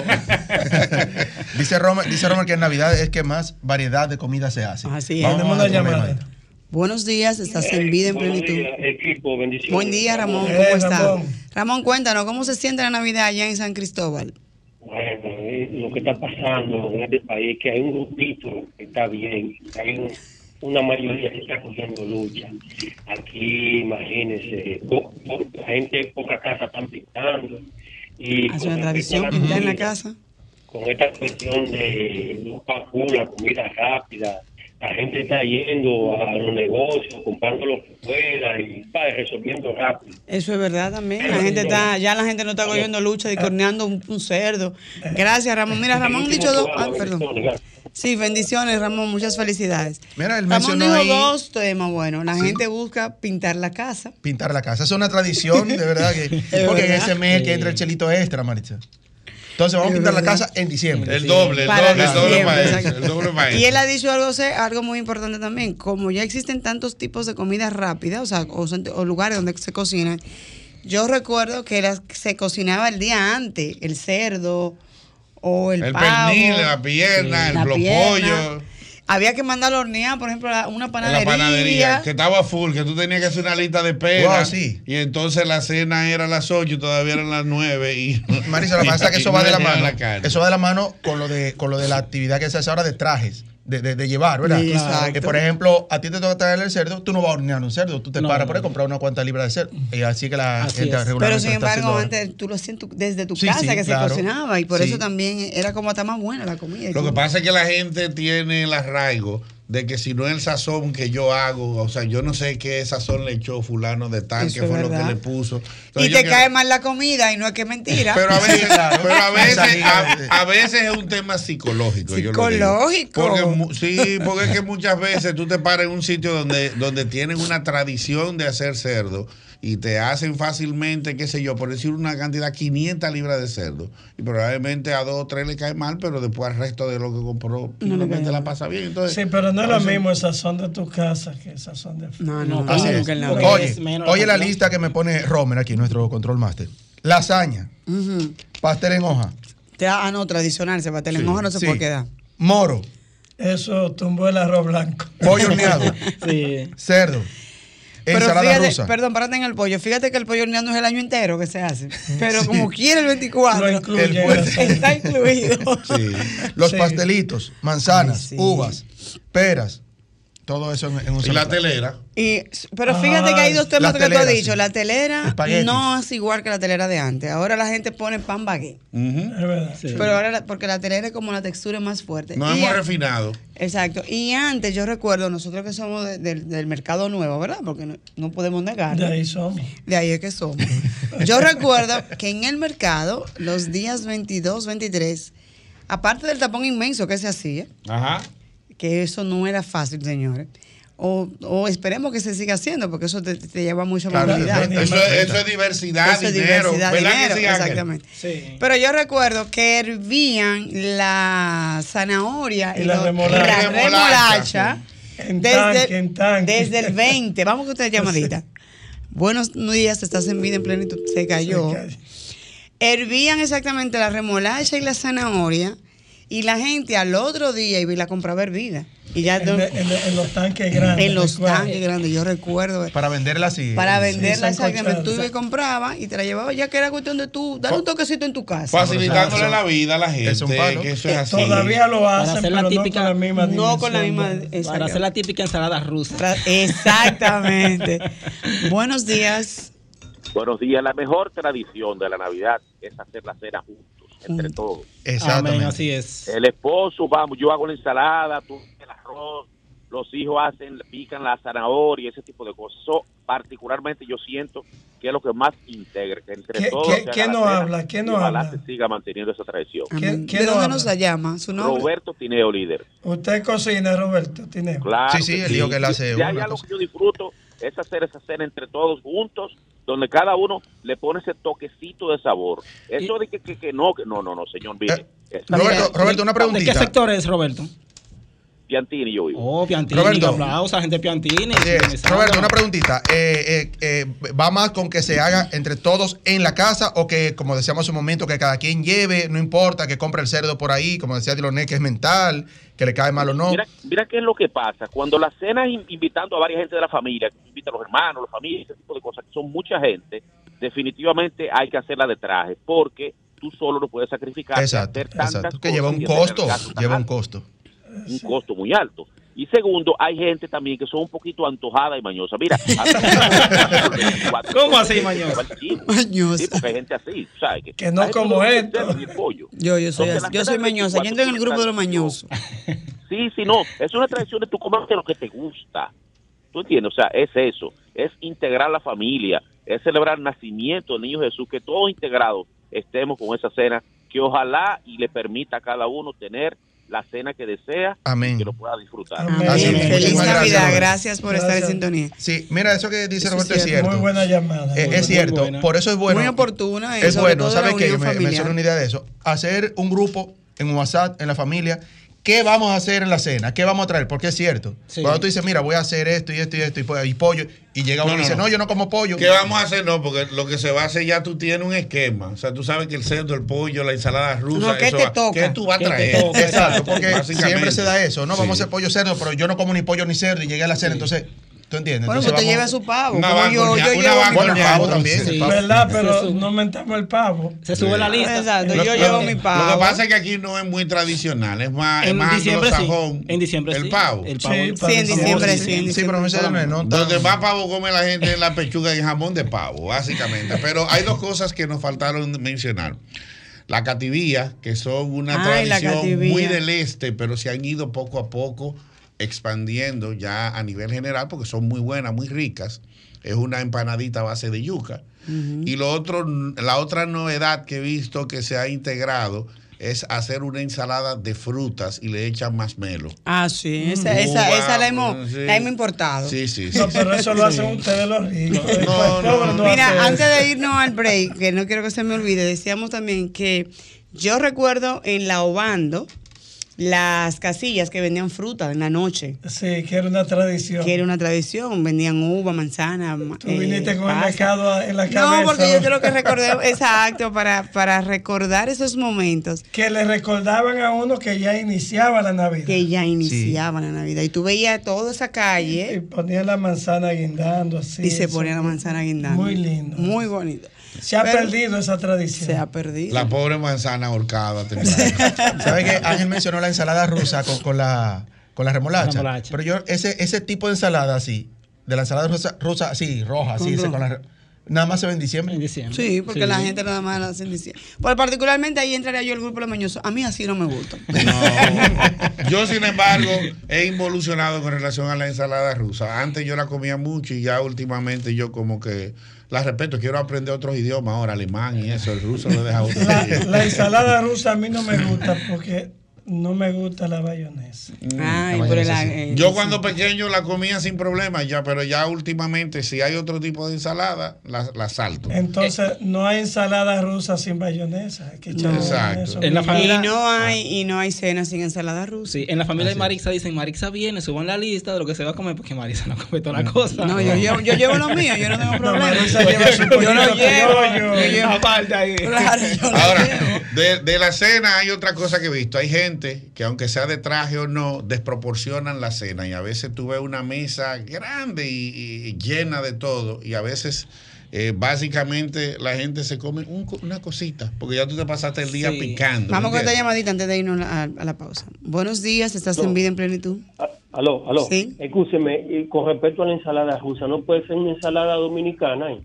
E: dice Romer, dice Romer que en Navidad es que más variedad de comida se hace.
D: Así es.
E: Vamos a llamar.
D: Buenos días, estás en Vida en Plenitud.
K: Días, equipo, bendiciones.
D: Buen día, Ramón, ¿cómo
F: eh,
D: estás?
F: Ramón.
D: Ramón, cuéntanos, ¿cómo se siente la Navidad allá en San Cristóbal?
K: Bueno, eh, lo que está pasando en este país es que hay un grupito que está bien, hay un, una mayoría que está cogiendo lucha. Aquí, imagínense, po, po, la gente, poca casa están pintando. Y
D: ¿hace una tradición pintar en la casa?
K: Con esta cuestión de los vacunas, la comida rápida, la gente está yendo a los negocios, comprando lo que pueda y va resolviendo rápido.
D: Eso es verdad también. La gente está, ya la gente no está cogiendo lucha y corneando un, un cerdo. Gracias, Ramón. Mira, Ramón dicho dos. Ah, perdón. Sí, bendiciones, Ramón. Muchas felicidades.
E: Mira, él
D: Ramón
E: mencionó
D: dijo
E: ahí,
D: dos temas. Bueno, la
E: sí.
D: gente busca pintar la casa.
E: Pintar la casa. Es una tradición, de verdad. que Porque verdad? en ese mes sí. que entra el chelito extra, Maritza. Entonces vamos a pintar la casa en diciembre.
J: El doble, el
D: Para
J: doble, el doble
D: diciembre,
J: maestro, el doble maestro.
D: Y él ha dicho algo, algo muy importante también. Como ya existen tantos tipos de comida rápida, o sea, o, o lugares donde se cocinan, yo recuerdo que las, se cocinaba el día antes, el cerdo o el,
J: el
D: pavo. El
J: pernil, la pierna,
D: sí,
J: el los pollos.
D: Había que mandarlo a hornear, por ejemplo, una panadería.
J: La panadería, que estaba full, que tú tenías que hacer una lista de espera.
E: Wow, sí.
J: Y entonces la cena era a las ocho y todavía eran las nueve. Y,
E: Marisa, lo que pasa es que eso va de la mano. La eso va de la mano con lo de, con lo de la actividad que se hace ahora de trajes. de, de, de llevar, ¿verdad?
D: Exacto.
E: Eh, por ejemplo, a ti te toca traer el cerdo, tú no vas a hornear un cerdo, tú te
G: No,
E: paras
G: no,
E: por ahí
G: no.
E: comprar una cuanta libra de cerdo. Y así que la
G: Así
E: gente
G: es.
E: regularmente
D: Pero sin
E: lo está
D: embargo,
E: haciendo ahora.
D: antes tú lo hacías en tu- desde tu
E: Sí,
D: casa
E: sí,
D: que
E: claro.
D: se cocinaba y por
E: Sí.
D: eso también era como hasta más buena la comida.
J: Lo que pasa es que la gente tiene el arraigo de que si no es el sazón que yo hago, o sea, yo no sé qué sazón le echó fulano de tal,
D: Eso
J: qué
D: es
J: fue lo
D: verdad.
J: que le puso.
D: Y
J: Entonces, yo
D: te
J: quiero-
D: cae mal la comida y no es que es mentira.
J: Pero a veces, pero a veces,
E: Exageramente.
J: a, a veces es un tema psicológico. yo lo digo.
D: Psicológico.
J: Porque mu- sí, porque es que muchas veces tú te paras en un sitio donde, donde tienen una tradición de hacer cerdo y te hacen fácilmente, qué sé yo, por decir una cantidad, quinientas libras de cerdo. Y probablemente a dos o tres le cae mal, pero después al resto de lo que compró, simplemente la pasa bien. Entonces,
F: Sí, pero no es lo
J: entonces,
F: mismo el sazón de tu casa que el sazón de
D: No,
G: No,
D: no,
E: Así
G: claro,
E: es.
D: que en la
G: porque
D: vida.
E: Oye,
G: es menos
E: oye la
G: cantidad.
E: lista que me pone Romer aquí, nuestro control master. Lasaña,
D: Ujú.
E: pastel en hoja,
D: Te- Ah, no, tradicional, ese pastel en
J: Sí,
D: hoja no se
E: sí.
D: puede quedar.
E: moro,
F: Eso tumbó el arroz blanco.
E: pollo horneado,
G: Sí.
E: cerdo,
D: Pero
E: ensalada
D: fíjate,
E: rusa.
D: perdón, párate en el pollo. Fíjate que el pollo horneado no es el año entero que se hace. Pero como quiere el veinticuatro,
F: Lo incluye
E: el
F: en
E: puente.
F: la cena.
D: está incluido.
J: sí.
E: Los
F: Sí.
E: pastelitos, manzanas,
D: Ay, sí.
E: uvas, peras, todo eso en, en un
J: Y
E: solo
J: la
E: plato.
J: telera.
D: Y, pero fíjate que hay dos temas
E: Las
D: que tú has
E: teleras,
D: dicho.
E: sí.
D: La telera
E: Espaguetis.
D: no es igual que la telera de antes. Ahora la gente pone pan baguette.
J: Ujú.
F: Es verdad.
G: Sí.
D: Pero ahora, la- porque la telera es como la textura es más fuerte.
J: Nos
D: Y
J: hemos
D: a-
J: refinado.
D: Exacto. Y antes yo recuerdo, nosotros que somos de- del- del mercado nuevo, ¿verdad? Porque no, no podemos negar.
F: De ahí somos.
D: De ahí es que somos. Yo recuerdo que en el mercado, los días veintidós, veintitrés, aparte del tapón inmenso que se hacía,
J: Ajá.
D: que eso no era fácil, señores. O, o esperemos que se siga haciendo, porque eso te, te lleva mucha
E: Claro,
D: movilidad.
J: Eso, es- eso es diversidad,
D: Eso es
J: dinero.
D: diversidad,
J: ¿Verdad
D: dinero,
J: que sí, Ángel?
D: exactamente.
G: Sí.
D: Pero yo recuerdo que hervían la zanahoria
F: Y
D: y,
F: la
D: lo-
F: remolacha.
D: y la
J: Remolacha,
D: remolacha
F: En
D: desde,
F: tanque, en tanque.
D: desde el veinte. Vamos con usted llamadita. Buenos días, estás en vida en plenitud. Se cayó.
F: Se cayó.
D: Hervían exactamente la remolacha y la zanahoria y la gente al otro día iba y la compraba hervida. Y ya
F: En,
D: no-
F: en- en los tanques grandes.
D: en los
F: recuerda.
D: tanques grandes, yo recuerdo.
E: Para venderla así.
D: Para
E: Sí.
D: venderla
F: sancochada.
D: exactamente, tú ibas y comprabas y te la llevabas ya que era cuestión de tú, dar un toquecito en tu casa.
J: Facilitándole la vida a la gente.
E: Es un palo.
J: Que eso es así.
F: Todavía lo
G: Para
F: hacen,
G: hacer la
F: pero
G: típica-
F: no con la misma
D: No con la
F: dimensión,
D: misma.
F: ¿no?
G: Para hacer la típica ensalada rusa.
D: Tra- Exactamente. Buenos días.
L: Buenos días. La mejor tradición de la Navidad es hacer la cena juntos, entre todos.
E: Exactamente.
G: Amén, así es.
L: El esposo, vamos, yo hago la ensalada, tú haces el arroz, los hijos hacen, pican la zanahoria, ese tipo de cosas. Eso, particularmente, yo siento que es lo que más integra, que entre
F: ¿Qué-
L: todos.
F: qué-
L: se haga
F: quién
L: la
F: no
L: cena
F: habla? ¿Quién
L: y
F: no
L: ojalá
F: habla?
L: se siga manteniendo esa tradición.
D: Amén.
F: quién
D: ¿De
F: no
D: dónde
F: habla?
D: nos la llama? ¿Su nombre?
L: Roberto Tineo, líder.
F: Usted cocina, Roberto Tineo.
L: Claro.
E: Sí, sí,
L: que
E: él dijo que él hace
L: Si hay
E: una
L: algo
E: cosa.
L: que yo disfruto es hacer esa cena entre todos juntos, donde cada uno le pone ese toquecito de sabor. Eso de que, que, que no, que no, no, no, señor, mire.
E: Eh,
L: esta-
E: Roberto, Roberto, una
G: ¿De qué
E: preguntita.
G: sector es, Roberto?
L: Piantini yo vivo.
G: Oh, Piantini,
E: Roberto.
G: aplausos, gente Piantini.
E: Así es.
G: sintonizando.
E: Roberto, una preguntita. Eh, eh, eh, ¿Va más con que se haga entre todos en la casa o que, como decíamos hace un momento, que cada quien lleve, no importa, que compre el cerdo por ahí, como decía Diloné, que es mental, que le cae mal o no?
L: Mira, mira qué es lo que pasa. Cuando la cena es in- invitando a varias gente de la familia, que invita a los hermanos, las familias, ese tipo de cosas, que son mucha gente, definitivamente hay que hacerla de traje, porque tú solo no puedes sacrificar.
E: Exacto,
L: hacer tantas
E: exacto. Que
L: cosas
E: lleva
L: y
E: un
L: hacer el
E: costo,
L: gasto tan
E: lleva un
L: alto.
E: costo.
L: un costo muy alto. Y segundo, hay gente también que son un poquito antojada y mañosa. Mira,
G: ¿Cómo así, mañosa?
D: Mañosa.
L: Sí, porque hay gente así, ¿sabes? Que,
F: Que no
L: la gente
F: como
L: le gusta
F: esto.
L: el cerdo y el pollo.
D: Yo, yo soy,
L: Entonces,
D: así.
L: la
D: yo soy
L: cena del
D: mañosa. Yo entro en el grupo de los mañosos.
L: Sí, sí, no. Es una tradición de tú comerte lo que te gusta. ¿Tú entiendes? O sea, es eso. Es integrar la familia. Es celebrar el nacimiento del niño Jesús. Que todos integrados estemos con esa cena. Que ojalá y le permita a cada uno tener la cena que desea.
E: Amén.
L: Y que lo pueda disfrutar.
F: Amén.
E: Así es.
D: Feliz
E: Muchísimas
D: Navidad.
E: Roberto.
D: Gracias por estar en
F: Gracias.
D: sintonía.
E: Sí, mira, eso que dice
D: Eso
E: Roberto
D: es
E: es cierto.
F: Muy buena llamada.
E: Eh,
F: muy
E: es
F: buena.
E: cierto,
G: buena.
E: por eso es bueno.
D: Muy oportuna. y
E: Es
D: sobre
E: bueno,
D: todo la
E: ¿sabes qué?
D: unión
E: Me, me
D: familiar.
E: suena una idea de eso. Hacer un grupo en WhatsApp, en la familia. ¿Qué vamos a hacer en la cena? ¿Qué vamos a traer? Porque es cierto.
G: Sí.
E: Cuando tú dices, mira, voy a hacer esto y esto y esto y, po- y pollo, y llega uno
J: No,
E: y
J: no,
E: dice,
J: no.
E: no, yo no como pollo.
J: ¿Qué vamos a hacer? No, porque lo que se va a hacer ya tú tienes un esquema. O sea, tú sabes que el cerdo, el pollo, la ensalada rusa.
D: No, ¿qué
J: eso
D: te
J: va-
D: toca?
J: ¿Qué tú vas a
G: ¿Qué te
J: traer?
G: toca?
E: Exacto, porque
J: Básicamente.
E: siempre se da eso, ¿no? Vamos a
J: Sí.
E: hacer pollo cerdo, pero yo no como ni pollo ni cerdo y llegué a la cena,
J: Sí.
E: entonces ¿Tú entiendes?
D: Bueno,
E: Entonces
D: pues te
E: vamos-
D: lleva su pavo.
J: Una
D: como
J: van
D: yo,
J: horneada,
D: yo
J: una
D: llevo
J: van
D: mi
E: Bueno, el
J: horneada,
E: pavo también.
J: entonces.
E: el pavo.
F: ¿Verdad?
G: Se
F: Pero
G: sube.
F: no mentamos el pavo.
G: Se sube la lista.
D: Exacto,
J: Lo-
D: yo
J: lo-
D: llevo mi pavo.
J: Lo que pasa es que aquí no es muy tradicional, es más, es
G: En
J: más
G: diciembre sí.
J: anglosajón.
G: En diciembre
J: el
G: sí.
J: pavo.
G: El pavo.
F: Sí,
D: Sí, en diciembre sí, en
E: Sí, pero
D: diciembre.
E: me sale no, no
J: Donde
E: tan-
J: más pavo come la gente en la pechuga y jamón de pavo, básicamente. Pero hay dos cosas que nos faltaron mencionar. La cativía, que son una
D: Ay, la
J: tradición
D: cativía.
J: muy del este, pero se han ido poco a poco expandiendo ya a nivel general porque son muy buenas, muy ricas. Es una empanadita a base de yuca. Y lo otro, la otra novedad que he visto que se ha integrado es hacer una ensalada de frutas y le echan masmelo.
D: Ah, sí, esa,
J: Mm.
D: esa,
J: Uva,
D: esa la hemos,
J: sí.
D: la hemos importado.
J: Sí, sí, sí.
F: No, pero eso lo
J: Sí.
F: hacen ustedes los ricos. El
J: No,
F: pobre
J: no.
F: no
D: Mira,
F: hace
D: antes
F: eso.
D: de irnos al break, que no quiero que se me olvide, decíamos también que yo recuerdo en la Obando las casillas que vendían fruta en la noche,
F: Sí, que era una tradición.
D: que era una tradición, vendían uva, manzana.
F: Tú viniste con el mercado en la cabeza.
D: No, porque yo creo que recordé, exacto, para, para recordar esos momentos.
F: Que le recordaban a uno que ya iniciaba la Navidad.
D: Que ya iniciaban la Navidad. Y tú veías toda esa
F: Y
D: calle
F: ponían la manzana guindando así.
D: y se
F: eso.
D: ponía la manzana guindando.
F: Muy lindo.
D: Muy bonito.
F: Se ha
D: Pero
F: perdido esa tradición.
D: Se ha perdido.
J: La pobre manzana ahorcada.
E: ¿Sabes qué? Ángel mencionó la ensalada rusa con, con la con la remolacha.
G: Remolacha.
E: Pero yo, ese, ese tipo de ensalada así, de la ensalada rusa, rusa así, roja, así,
D: Con
E: ese,
D: roja.
E: con la re- nada más se ve en diciembre.
G: En diciembre.
D: Sí, porque la gente nada más la hace en diciembre. Pues particularmente ahí entraría yo el grupo de los mañosos. A mí así no me gusta.
J: No. Yo, sin embargo, he involucionado con relación a la ensalada rusa. Antes yo la comía mucho y ya últimamente yo como que la respeto. Quiero aprender otros idiomas ahora, alemán y eso. El ruso lo deja otro
F: La,
J: día.
F: la ensalada rusa a mí no me gusta porque no me gusta la bayonesa.
D: Ay,
E: la
D: pero
E: mayonesa,
D: la,
E: sí.
D: eh,
J: Yo
D: sí.
J: cuando pequeño la comía sin problema ya, pero ya últimamente si hay otro tipo de ensalada, la, la salto.
F: Entonces no hay ensalada rusa sin bayonesa. Hay que echarle
J: Exacto.
F: eso.
G: En la
D: Y
G: familia-
D: no hay, y no hay cena sin ensalada rusa.
G: Sí, en la familia de Marisa dicen, Marisa viene, suban la lista de lo que se va a comer, porque Marisa no come toda la cosa.
D: No, yo, llevo- yo llevo lo mío, yo no tengo problema.
F: Marisa lleva su
D: yo lo
F: pollito
D: llevo.
F: criollo.
D: Yo llevo.
G: Aparte ahí.
D: Claro, yo lo
J: Ahora,
D: llevo.
J: de, de la cena hay otra cosa que he visto. Hay gente que aunque sea de traje o no, desproporcionan la cena y a veces tú ves una mesa grande y, y llena de todo y a veces eh, básicamente la gente se come un co- una cosita porque ya tú te pasaste el día
G: Sí.
J: picando.
D: Vamos con esta
J: ¿entiendes?
D: llamadita antes de irnos a, a la pausa. Buenos días, estás en vida en plenitud.
K: Ah, Aló, aló.
D: Sí.
K: Escúcheme, y con respecto a la ensalada rusa, ¿no puede ser una ensalada dominicana? ¿eh?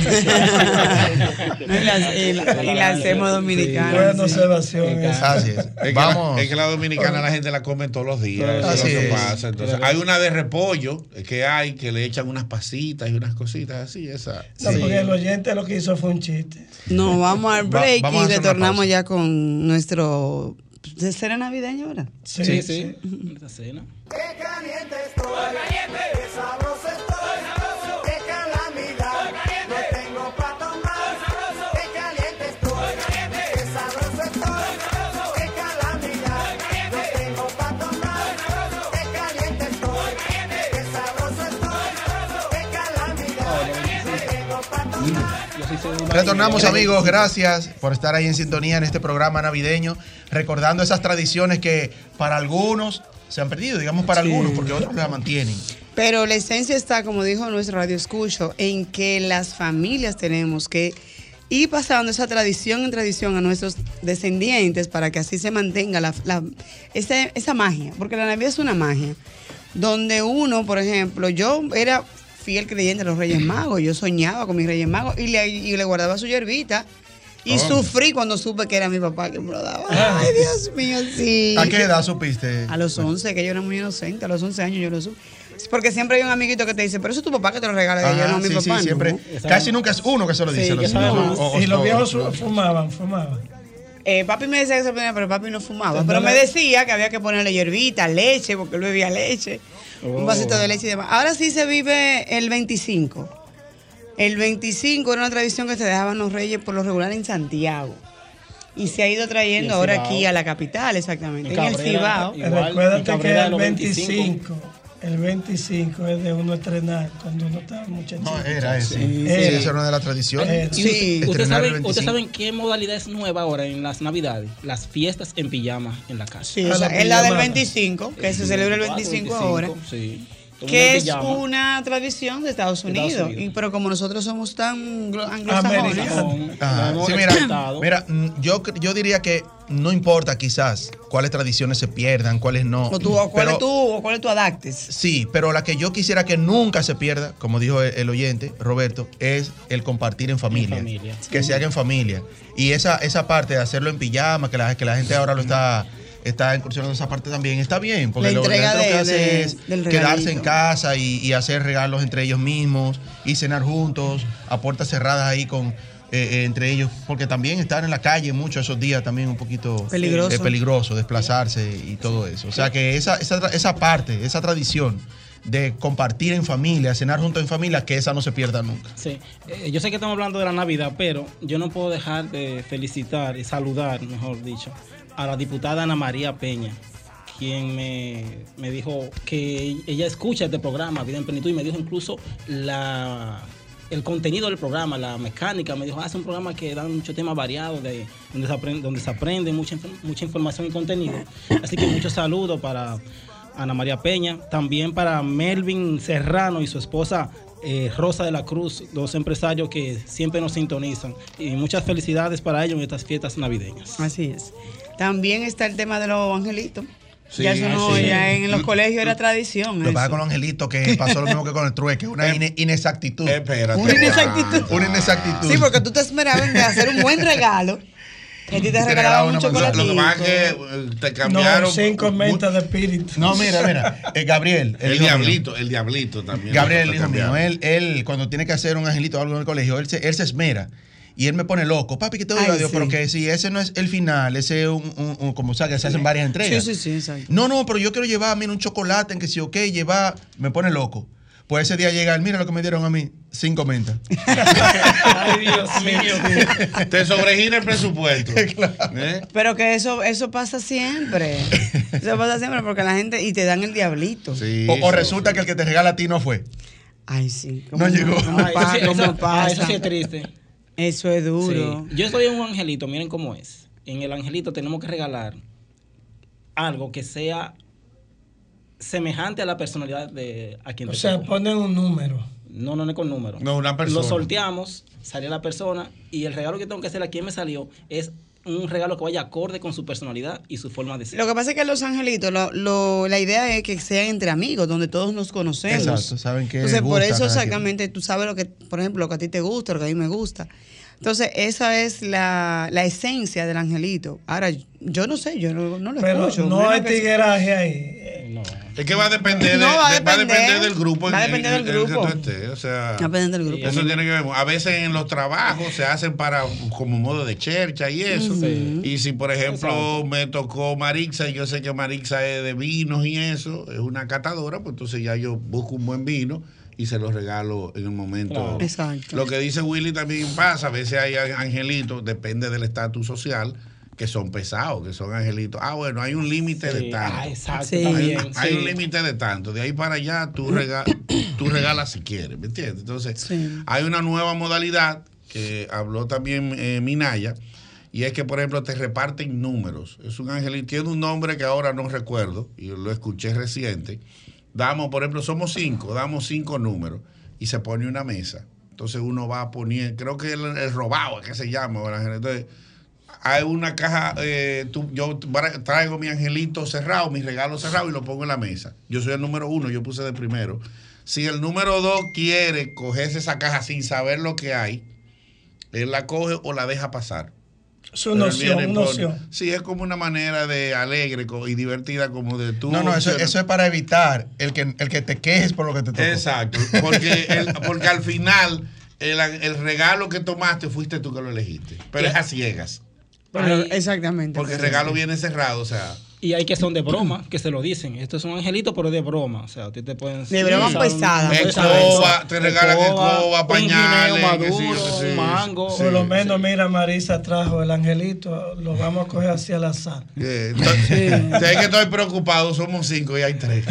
D: No, y, la, y la- y la hacemos dominicana.
F: Buena
D: sí.
F: observación esa.
E: Así es.
J: Es que,
E: Vamos.
J: la, es que la dominicana la gente la come todos los días. Eso
E: Así
J: es lo que
E: es.
J: pasa. Entonces, hay una de repollo que hay que le echan unas pasitas y unas cositas así. Esa.
F: No, porque el oyente lo que hizo fue un chiste.
D: No, vamos al
E: Va-
D: break
E: vamos a
D: y
E: hacer una
D: retornamos
E: pausa.
D: ya con nuestro. ¿Será navideño ahora?
F: Sí,
G: Sí,
F: sí.
G: sí. Esta cena.
I: Qué caliente estoy, qué sabroso estoy, qué calamidad, no tengo pa' tomar, qué caliente estoy, qué sabroso estoy, qué calamidad, no tengo pa' tomar, qué caliente estoy, qué sabroso estoy, qué calamidad, no tengo pa' tomar.
E: Retornamos, amigos, gracias por estar ahí en sintonía en este programa navideño, recordando esas tradiciones que para algunos se han perdido, digamos para
D: Sí.
E: algunos, porque otros la mantienen.
D: Pero la esencia está, como dijo nuestro radio escucho, en que las familias tenemos que ir pasando esa tradición en tradición a nuestros descendientes para que así se mantenga la, la- ese- esa magia, porque la Navidad es una magia, donde uno, por ejemplo, yo era fiel creyente de los Reyes Magos, yo soñaba con mis Reyes Magos y le, y le guardaba su hierbita. Y
E: Oh.
D: sufrí cuando supe que era mi papá que me lo daba. Ay, Dios mío, sí.
E: ¿A qué edad supiste?
D: A los once, que yo era muy inocente, a los once años yo lo supe. Porque siempre hay un amiguito que te dice, pero eso es tu papá que te lo regala. Y yo
E: Ajá,
D: no, mi
E: sí,
D: papá.
E: sí, siempre.
D: no.
E: Casi nunca es uno que se lo dice.
G: Sí,
E: los
G: que sabe
E: hijos,
G: más.
E: o- o-
F: Y los
E: o-
F: viejos
E: o-
F: su- fumaban, fumaban.
D: Eh, papi me decía que se ponía, pero papi no fumaba.
F: Entonces,
D: Pero me decía que había que ponerle hierbita, leche, porque él bebía leche. Un
G: Oh.
D: vasito de leche y demás. Ahora sí se vive el veinticinco. El veinticinco era una tradición que se dejaban los reyes por lo regular en Santiago. Y se ha ido trayendo
G: Y el
D: ahora
G: Cibao.
D: aquí a la capital, exactamente. En,
G: En
D: el
G: Cabrera,
D: Cibao.
G: Igual, en
F: Recuérdate que
G: Cabrera de
F: el
G: los
F: veinticinco, el veinticinco es de uno estrenar cuando uno estaba muchachito.
E: No, era eso.
D: Sí,
E: Sí,
F: sí.
E: esa era una de las tradiciones.
F: Eh,
G: Y
D: Sí.
G: usted- ¿Ustedes
E: Estrenar el
G: saben,
E: veinticinco.
G: ¿Ustedes saben qué modalidad es nueva ahora en las Navidades? Las fiestas en pijama en la casa.
D: Sí,
F: A
D: o sea,
F: la
D: es la del
F: pijamada.
D: veinticinco, que se celebra el veinticinco ahora.
G: Sí.
D: Que es una tradición de Estados Unidos,
G: Estados Unidos.
D: Y, pero como nosotros somos tan anglo- anglosajones.
E: Ajá, sí, mira, mira, mm, yo, cre- yo diría que no importa quizás cuáles tradiciones se pierdan, cuáles no.
D: O, tú, o, cuál
E: pero-
D: tú, o cuál tú adaptes.
E: Sí, pero la que yo quisiera que nunca se pierda, como dijo el, el oyente, Roberto, es el compartir en familia.
G: En familia.
E: Que se haga en familia. Y esa, esa parte de hacerlo en pijama, que la, que la gente ahora lo está, está incursionando en esa parte también, está bien. Porque
D: La
E: lo,
D: entrega
E: la gente lo que
D: de-
E: hace
D: de-
E: es
D: del
E: quedarse
D: regalito.
E: en casa y, y hacer regalos entre ellos mismos y cenar juntos, a puertas cerradas ahí con... eh, eh, entre ellos, porque también estar en la calle mucho esos días también un poquito
D: Peligroso.
E: eh, peligroso, desplazarse y todo eso. O sea que esa, esa, tra- esa parte, esa tradición de compartir en familia, cenar juntos en familia, que esa no se pierda nunca.
G: Sí, Eh, yo sé que estamos hablando de la Navidad, pero yo no puedo dejar de felicitar y saludar, mejor dicho, a la diputada Ana María Peña, quien me, me dijo que ella escucha este programa, Vida en Plenitud, y me dijo incluso la, el contenido del programa, la mecánica. Me dijo, hace un programa que da muchos temas variados, de, donde, se aprende, donde se aprende mucha, inf- mucha información y contenido. Así que muchos saludos para Ana María Peña, también para Melvin Serrano y su esposa eh, Rosa de la Cruz, dos empresarios que siempre nos sintonizan. Y muchas felicidades para ellos en estas fiestas navideñas.
D: Así es. También está el tema de los angelitos.
E: Sí,
D: ya eso no,
E: sí.
D: ya en los colegios era tradición.
E: Lo que pasa
D: eso.
E: con los angelitos que pasó lo mismo que con el trueque, una ine- inexactitud.
J: Espérate.
D: Una inexactitud.
E: Una inexactitud.
D: Sí, porque tú te esperabas de hacer un buen regalo. Y a ti te
E: Te
D: regalaban
E: regalaban
D: un
E: una
D: chocolatito.
J: Lo que pasa es que eh, te cambiaron.
F: No, cinco mentas de espíritu.
E: No, mira, mira. eh, Gabriel.
J: El
E: hijo mío.
J: diablito, el diablito también.
E: Gabriel,
J: Lo
E: el hijo mío,
J: cambiaron.
E: él, él cuando tiene que hacer un angelito o algo en el colegio, él se, él se esmera. Y él me pone loco, papi, que te oiga
D: Ay,
E: Dios,
D: sí.
E: pero que si ese no es el final, ese es un, un- un- como sea, que se hacen varias entregas.
D: Sí, sí, sí, exacto.
E: No, no, pero yo quiero llevar, mira, un chocolate en que si ok, llevar, me pone loco. Pues ese día llega él, mira lo que me dieron a mí, cinco mentas.
G: Ay, Dios mío.
J: Te sobregira el presupuesto. ¿Eh?
D: Pero que eso, eso pasa siempre. Eso pasa siempre porque la gente. Y te dan el diablito.
J: Sí,
E: O, o
J: sí,
E: resulta que el que te regala a ti no fue.
D: Ay, sí.
E: No llegó.
D: ¿Cómo,
G: Ay,
D: pa-
G: eso sí-
D: cómo
G: eso-
D: pasa?
G: ah, eso sí es triste.
D: Eso es duro.
G: Sí. Yo soy un angelito, miren cómo es. En el angelito tenemos que regalar algo que sea semejante a la personalidad de a quien
F: O
G: te
F: sea,
G: tocó.
F: ponen un número.
G: No, no, no con número.
J: No, una persona.
G: Lo sorteamos, sale la persona y el regalo que tengo que hacer a quien me salió es un regalo que vaya acorde con su personalidad y su forma de ser.
D: Lo que pasa es que los angelitos, lo, lo- la idea es que sean entre amigos, donde todos nos conocemos.
E: Exacto, saben que
D: Entonces, por
E: gusta
D: eso
E: cada quien.
D: exactamente tú sabes lo que, por ejemplo, lo que a ti te gusta, lo que a mí me gusta. Entonces, esa es la, la esencia del angelito. Ahora, yo no sé, yo no, no lo
F: Pero
D: escucho.
F: no
D: Menos
F: hay
D: que-
F: tigueraje ahí.
G: No.
J: Es que va a depender, de,
D: No, va a
J: de- va a
D: depender.
J: depender del grupo.
D: Va a
J: en-
D: depender
J: en-
D: del
J: en el
D: grupo.
J: que tú estés. O sea,
D: Va a depender del grupo.
J: eso tiene que ver. A veces en los trabajos se hacen para como modo de chercha y eso.
G: Sí.
J: Y si, por ejemplo,
G: Exacto.
J: me tocó Marixa y yo sé que Marixa es de vinos y eso, es una catadora, pues entonces ya yo busco un buen vino y se los regalo en el momento.
G: Claro.
D: Exacto.
J: Lo que dice Willy también pasa, a veces hay angelitos, depende del estatus social, que son pesados, que son angelitos. Ah, bueno, hay un límite de
G: Sí.
J: tanto.
G: Ah, exacto,
D: Sí.
G: también.
J: Hay, hay
G: sí.
J: un límite de tanto. De ahí para allá tú, rega- tú regalas si quieres, ¿me entiendes? Entonces,
D: Sí.
J: hay una nueva modalidad que habló también eh, Minaya, y es que, por ejemplo, te reparten números. Es un angelito, tiene un nombre que ahora no recuerdo, y lo escuché reciente. Damos, por ejemplo, somos cinco, damos cinco números, y se pone una mesa. Entonces uno va a poner, creo que el, el robado, que se llama. ¿Verdad? Entonces, hay una caja, eh, tú- yo traigo mi angelito cerrado, mi regalo cerrado y lo pongo en la mesa. Yo soy el número uno, yo puse de primero. Si el número dos quiere cogerse esa caja sin saber lo que hay, él la coge o la deja pasar.
F: Es una
J: Pero él
F: opción,
J: viene y
F: una
J: pone-
F: opción.
J: Sí, es como una manera de alegre co- y divertida como de tú.
E: No, no, eso,
J: opciones.
E: eso es para evitar el que, el que te quejes por lo que te tocó.
J: Exacto, porque, el- porque al final el, el regalo que tomaste fuiste tú que lo elegiste, pero es a ciegas.
D: Pero-
G: Ay,
D: exactamente.
J: Porque el regalo viene cerrado, o sea.
G: Y hay que son de broma, que se lo dicen. Esto es un angelito, pero de broma. O sea, a ti te pueden...
D: De broma
G: usar
D: pesada.
G: un-
J: Escoba, te regalan escoba,
G: un
J: pañales,
G: guineo
J: qué sé yo,
G: maduro,
J: sí,
G: un mango.
J: sí.
F: Por lo menos, mira, Marisa trajo el angelito, lo vamos a coger hacia el azar.
J: Eh, estoy- sé que estoy preocupado, somos cinco y hay tres.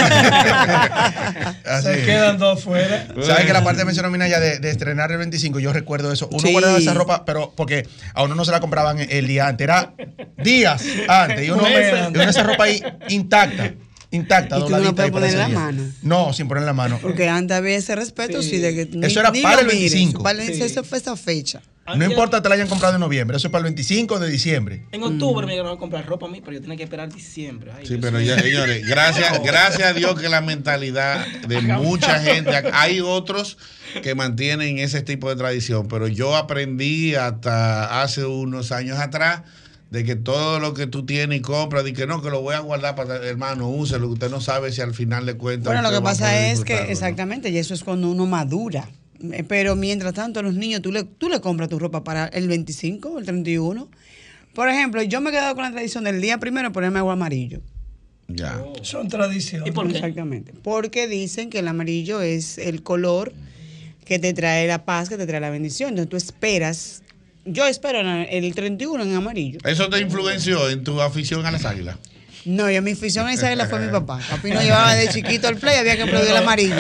E: Así
F: Se
E: es.
F: quedan dos fuera.
E: ¿Sabes que la parte mencionó Minaya de, de estrenar el veinticinco? Yo recuerdo eso. Uno
D: Sí.
E: guardaba esa ropa, pero porque a uno no se la compraban el día antes, era días antes. Y uno,
F: Un mes
E: y uno esa ropa ahí intacta. intacta,
D: Y tú no
E: dobladita.
D: la puedes
E: ahí para
D: poner en la
E: ese día.
D: mano.
E: No, sin poner en la mano.
D: Porque antes había ese respeto, sí,
G: Sí.
D: de que ni,
E: Eso era
D: ni
E: para
D: lo
E: el
D: mires,
E: veinticinco.
D: para el-
G: Sí.
D: Eso fue esa fecha.
E: No importa que te la hayan comprado en noviembre, eso es para el veinticinco de diciembre.
G: En octubre me llegaron a comprar ropa a mí, pero yo tenía que esperar diciembre. Ay,
J: Sí,
G: Dios
J: pero
G: mío.
J: ya, señores, gracias, gracias a Dios que la mentalidad de mucha gente, hay otros que mantienen ese tipo de tradición, pero yo aprendí hasta hace unos años atrás de que todo lo que tú tienes y compras, de que no, que lo voy a guardar para, hermano, úselo, usted no sabe si al final de cuentas...
D: Bueno, lo
J: usted
D: que
J: va a
D: pasa
J: poder
D: es
J: disfrutarlo,
D: que,
J: ¿no?
D: exactamente, y eso es cuando uno madura. Eh, Pero mientras tanto, a los niños, tú le, tú le compras tu ropa para el veinticinco, el treinta y uno. Por ejemplo, yo me he quedado con la tradición del día primero ponerme agua amarillo.
J: Ya.
F: Son tradiciones.
G: ¿Y por qué?
D: Exactamente. Porque dicen que el amarillo es el color que te trae la paz, que te trae la bendición. Entonces tú esperas. Yo espero en el treinta y uno en amarillo.
J: ¿Eso te influenció en tu afición a las águilas?
D: No, yo mi afición a esa águila fue mi papá. Papi nos llevaba de chiquito al play, había que aplaudir el amarillo.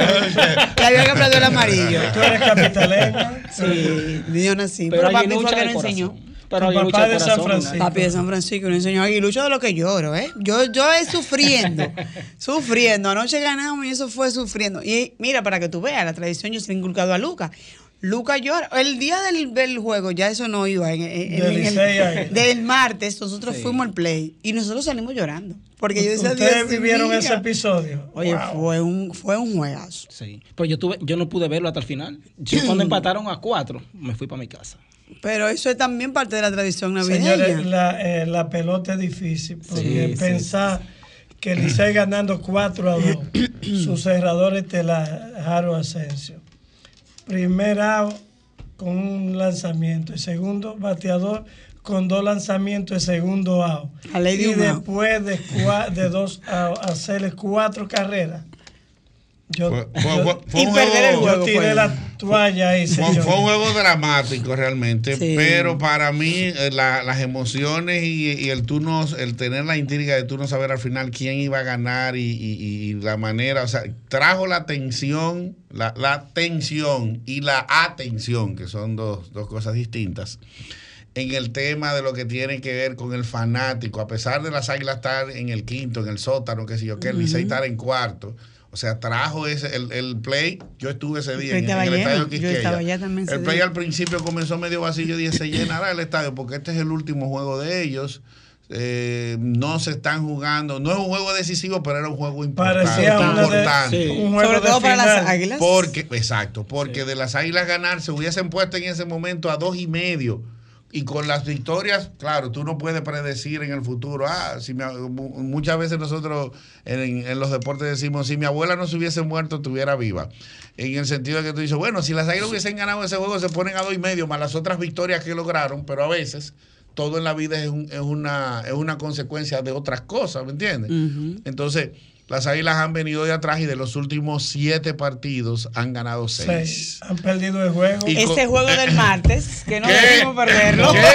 D: Y había que aplaudir el amarillo.
F: Tú eres capitaleña.
D: Sí, yo nací.
G: Pero
D: Pero,
G: hay
D: papi fue
G: lucha
D: que
G: del
D: nos enseñó.
G: corazón. Pero
F: Tu
G: hay
F: papá
G: lucha del
F: de San
G: corazón,
F: Francisco.
G: Ignacio.
D: Papi de San Francisco nos enseñó aguilucho de lo que lloro, ¿eh? Yo, yo es sufriendo, sufriendo. Anoche ganamos y eso fue sufriendo. Y mira, para que tú veas, la tradición yo se la he inculcado a Lucas. Lucas llora. El día del, del juego, ya eso no iba. En, en- en-
F: Del
D: en
F: Licey ahí.
D: el, del martes, nosotros
G: Sí.
D: fuimos al play y nosotros salimos llorando. Porque yo decía,
F: Ustedes
D: Dios
F: vivieron
D: mío.
F: ese episodio.
D: Oye,
F: Wow.
D: fue un fue un juegazo.
G: Sí. Pero yo tuve, yo no pude verlo hasta el final. Yo cuando empataron a cuatro, me fui para mi casa.
D: Pero eso es también parte de la tradición navideña.
F: Señores, la, eh, la pelota es difícil porque
G: Sí, sí,
F: pensar que el Licey ganando cuatro a dos, sus cerradores te la Jaro Asensio. Primer out con un lanzamiento, el segundo bateador con dos lanzamientos, el segundo out.
D: A ley de
F: Y
D: un out.
F: después de, cua- de dos out, hacerle cuatro carreras. Yo,
J: Fue, fue-
F: yo-
J: fue- fue
D: Y
J: un
D: perder el
J: juego,
D: juego.
F: yo tiré
D: fue.
F: la toalla ahí,
J: Fue,
F: señor.
J: fue un juego dramático realmente,
D: Sí.
J: pero para mí eh, la- las emociones y, y el tú no- el tener la intriga de tú no saber al final quién iba a ganar y, y- y la manera, o sea, trajo la tensión, la, la tensión y la atención, que son dos, dos cosas distintas, en el tema de lo que tiene que ver con el fanático, a pesar de las Águilas estar en el quinto, en el sótano, qué sé yo, que el Licey estar en cuarto. O sea, trajo ese, el, el play, yo estuve ese día en,
D: Estaba
J: en el
D: lleno,
J: estadio
D: yo
J: Quisqueya.
D: estaba allá también ese
J: El play
D: día.
J: al principio comenzó medio vacío, yo dije, se llenará el estadio porque este es el último juego de ellos. Eh, no se están jugando, no es un juego decisivo, pero era un juego importante.
F: Parecía una de-
J: importante.
G: Sí.
F: un juego
D: Sobre
F: de
D: todo para las
F: final.
D: águilas.
J: Porque, exacto, porque de las Águilas ganar se hubiesen puesto en ese momento a dos y medio. Y con las victorias, claro, tú no puedes predecir en el futuro. Ah, si mi- muchas veces nosotros en, en los deportes decimos, si mi abuela no se hubiese muerto, estuviera viva. En el sentido de que tú dices, bueno, si las Águilas hubiesen ganado ese juego, se ponen a dos y medio, más las otras victorias que lograron, pero a veces todo en la vida es, un- es una, es una consecuencia de otras cosas, ¿me entiendes?
D: Ujú.
J: Entonces, las Águilas han venido de atrás y de los últimos siete partidos han ganado seis.
F: Seis. Han perdido el juego.
J: Y
D: Ese
J: con-
D: juego del martes, que no
J: ¿Qué?
D: debimos perderlo.
J: ¿Qué?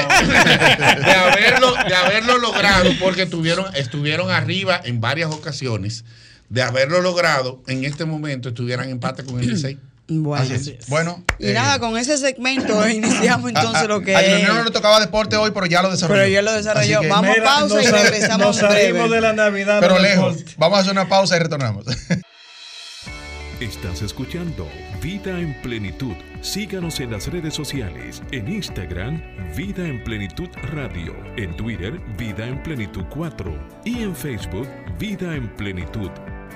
J: De haberlo, de haberlo logrado, porque estuvieron, estuvieron arriba en varias ocasiones, de haberlo logrado, en este momento estuvieran en empate con el Licey.
D: Bueno.
E: Así es. Bueno.
D: Y
E: eh,
D: nada, con ese segmento iniciamos
E: a-
D: entonces
E: a-
D: lo que
E: a
D: es.
E: Leonel no le tocaba deporte hoy, pero ya lo desarrolló.
D: Pero ya lo desarrolló.
E: Así que-
D: Vamos a
F: Mira,
D: pausa y
F: nos-
D: regresamos
F: Nos
D: en breve.
F: salimos de la Navidad.
E: pero
F: los
E: lejos.
F: deportes.
E: Vamos a hacer una pausa y retornamos.
M: Estás escuchando Vida en Plenitud. Síganos en las redes sociales. En Instagram, Vida en Plenitud Radio. En Twitter, Vida en Plenitud cuatro. Y en Facebook, Vida en Plenitud.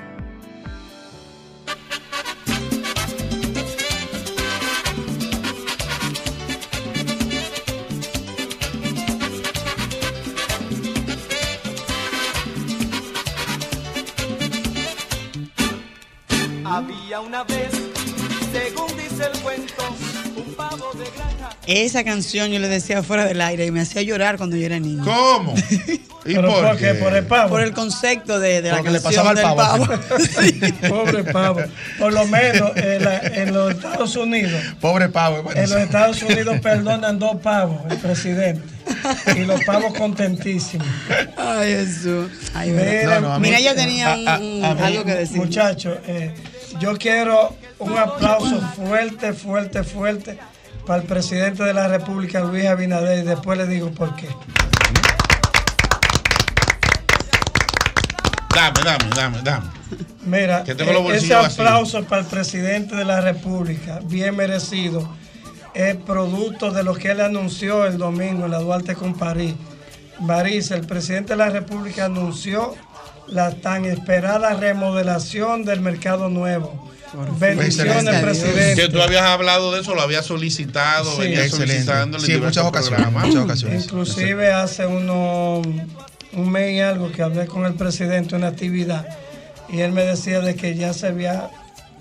I: Había una vez, según dice el cuento, un pavo de granja.
D: Esa canción yo le decía fuera del aire y me hacía llorar cuando yo era niño.
J: ¿Cómo? ¿Y
F: Pero
J: por
F: ¿por qué?
J: qué?
F: Por el pavo.
D: Por el concepto de, de la
E: Porque le
D: canción
E: pasaba al
D: del
E: pavo.
D: pavo. Sí.
F: Pobre pavo. Por lo menos en, la- en los Estados Unidos,
E: Pobre pavo. bueno,
F: en los Estados Unidos perdonan dos pavos, el presidente. Y los pavos contentísimos.
D: Ay, Jesús. Ay,
F: Mira,
D: verdad.
E: no, no, a mí-
D: Mira, ella tenía
E: a-
D: un-
E: a-
D: un-
E: a mí-
D: algo que decir.
F: Muchachos, eh, yo quiero un aplauso fuerte, fuerte, fuerte para el presidente de la República, Luis Abinader, y después le digo por qué.
J: Dame, dame, dame, dame.
F: Mira,
J: Que tengo los
F: eh, ese
J: bolsillos vacíos.
F: aplauso para el presidente de la República, bien merecido, es producto de lo que él anunció el domingo en la Duarte con París. Marisa, el presidente de la República anunció la tan esperada remodelación del Mercado Nuevo. Bendiciones, presidente.
J: Que tú habías hablado de eso, lo habías solicitado,
F: Sí.
J: venías
F: Excelente.
J: solicitándolo
E: Sí, en muchas ocasiones, muchas ocasiones.
F: Inclusive hace uno, un mes y algo que hablé con el presidente en una actividad y él me decía de que ya se había,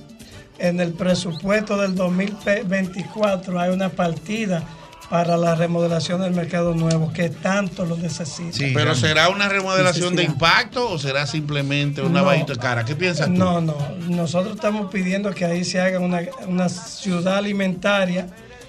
F: en el presupuesto del dos mil veinticuatro hay una partida para la remodelación del Mercado Nuevo, que tanto lo necesita.
J: Pero ¿será una remodelación de impacto o será simplemente una
F: No.
J: bajita de cara? ¿Qué piensas tú?
F: No, no. Nosotros estamos pidiendo que ahí se haga una, una ciudad alimentaria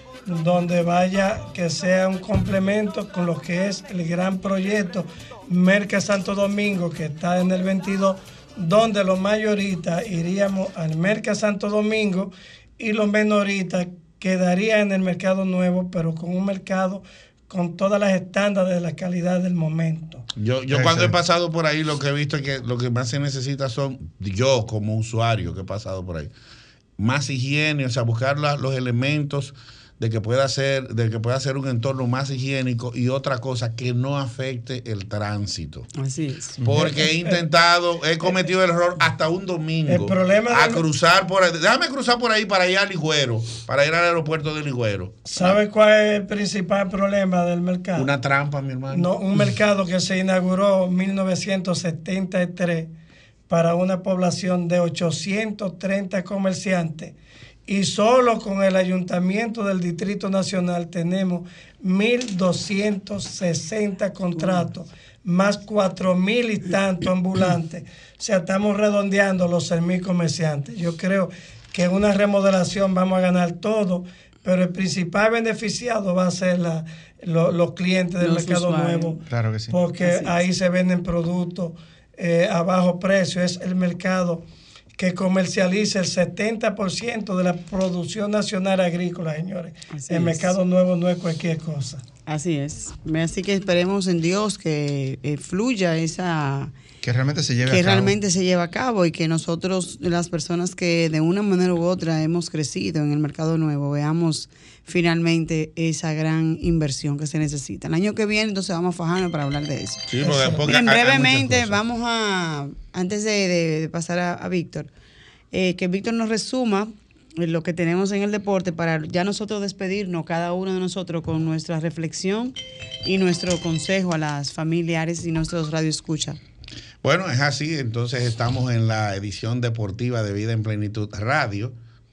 F: donde vaya, que sea un complemento con lo que es el gran proyecto Merca Santo Domingo, que está en el veintidós, donde los mayoritas iríamos al Merca Santo Domingo y los menoritas quedaría en el Mercado Nuevo, pero con un mercado con todas las estándares de la calidad del momento.
J: Yo, yo cuando he pasado por ahí, lo que he visto es que lo que más se necesita son, yo como usuario que he pasado por ahí, más higiene, o sea, buscar la- los elementos de que pueda ser, de que pueda ser un entorno más higiénico y otra cosa que no afecte el tránsito.
D: Así es.
J: Porque he intentado, he cometido el error hasta un domingo
F: El problema
J: a
F: del-
J: cruzar por ahí. Déjame cruzar por ahí para ir a Ligüero, para ir al aeropuerto de Ligüero.
F: ¿Sabe cuál es el principal problema del mercado?
J: Una trampa, mi hermano.
F: No, un mercado que se inauguró en mil novecientos setenta y tres para una población de ochocientos treinta comerciantes y solo con el ayuntamiento del Distrito Nacional tenemos mil doscientos sesenta contratos, más cuatro mil y tantos ambulantes. O sea, estamos redondeando los seis mil comerciantes. Yo creo que en una remodelación vamos a ganar todo, pero el principal beneficiado va a ser la, lo- los clientes del
D: Los
F: Mercado
D: usuarios.
F: Nuevo.
E: Claro que sí.
F: Porque
D: Así es.
F: ahí se venden productos eh, a bajo precio. Es el mercado que comercializa el setenta por ciento de la producción nacional agrícola, señores.
D: Así
F: el
D: es.
F: Mercado Nuevo no es cualquier cosa.
D: Así es. Así que esperemos en Dios que eh, fluya esa...
E: Que realmente se lleve
D: que
E: a cabo.
D: realmente se lleve a cabo y que nosotros, las personas que de una manera u otra hemos crecido en el Mercado Nuevo, veamos finalmente esa gran inversión que se necesita. El año que viene entonces vamos a fajarnos para hablar de eso.
J: Sí, porque- porque
D: Miren,
J: hay- hay
D: brevemente
J: muchas cosas.
D: vamos a, antes de, de- de pasar a, a Víctor, eh, que Víctor nos resuma lo que tenemos en el deporte para ya nosotros despedirnos, cada uno de nosotros, con nuestra reflexión y nuestro consejo a las familiares y nuestros radioescuchas.
J: Bueno, es así. Entonces estamos en la edición deportiva de Vida en Plenitud Radio,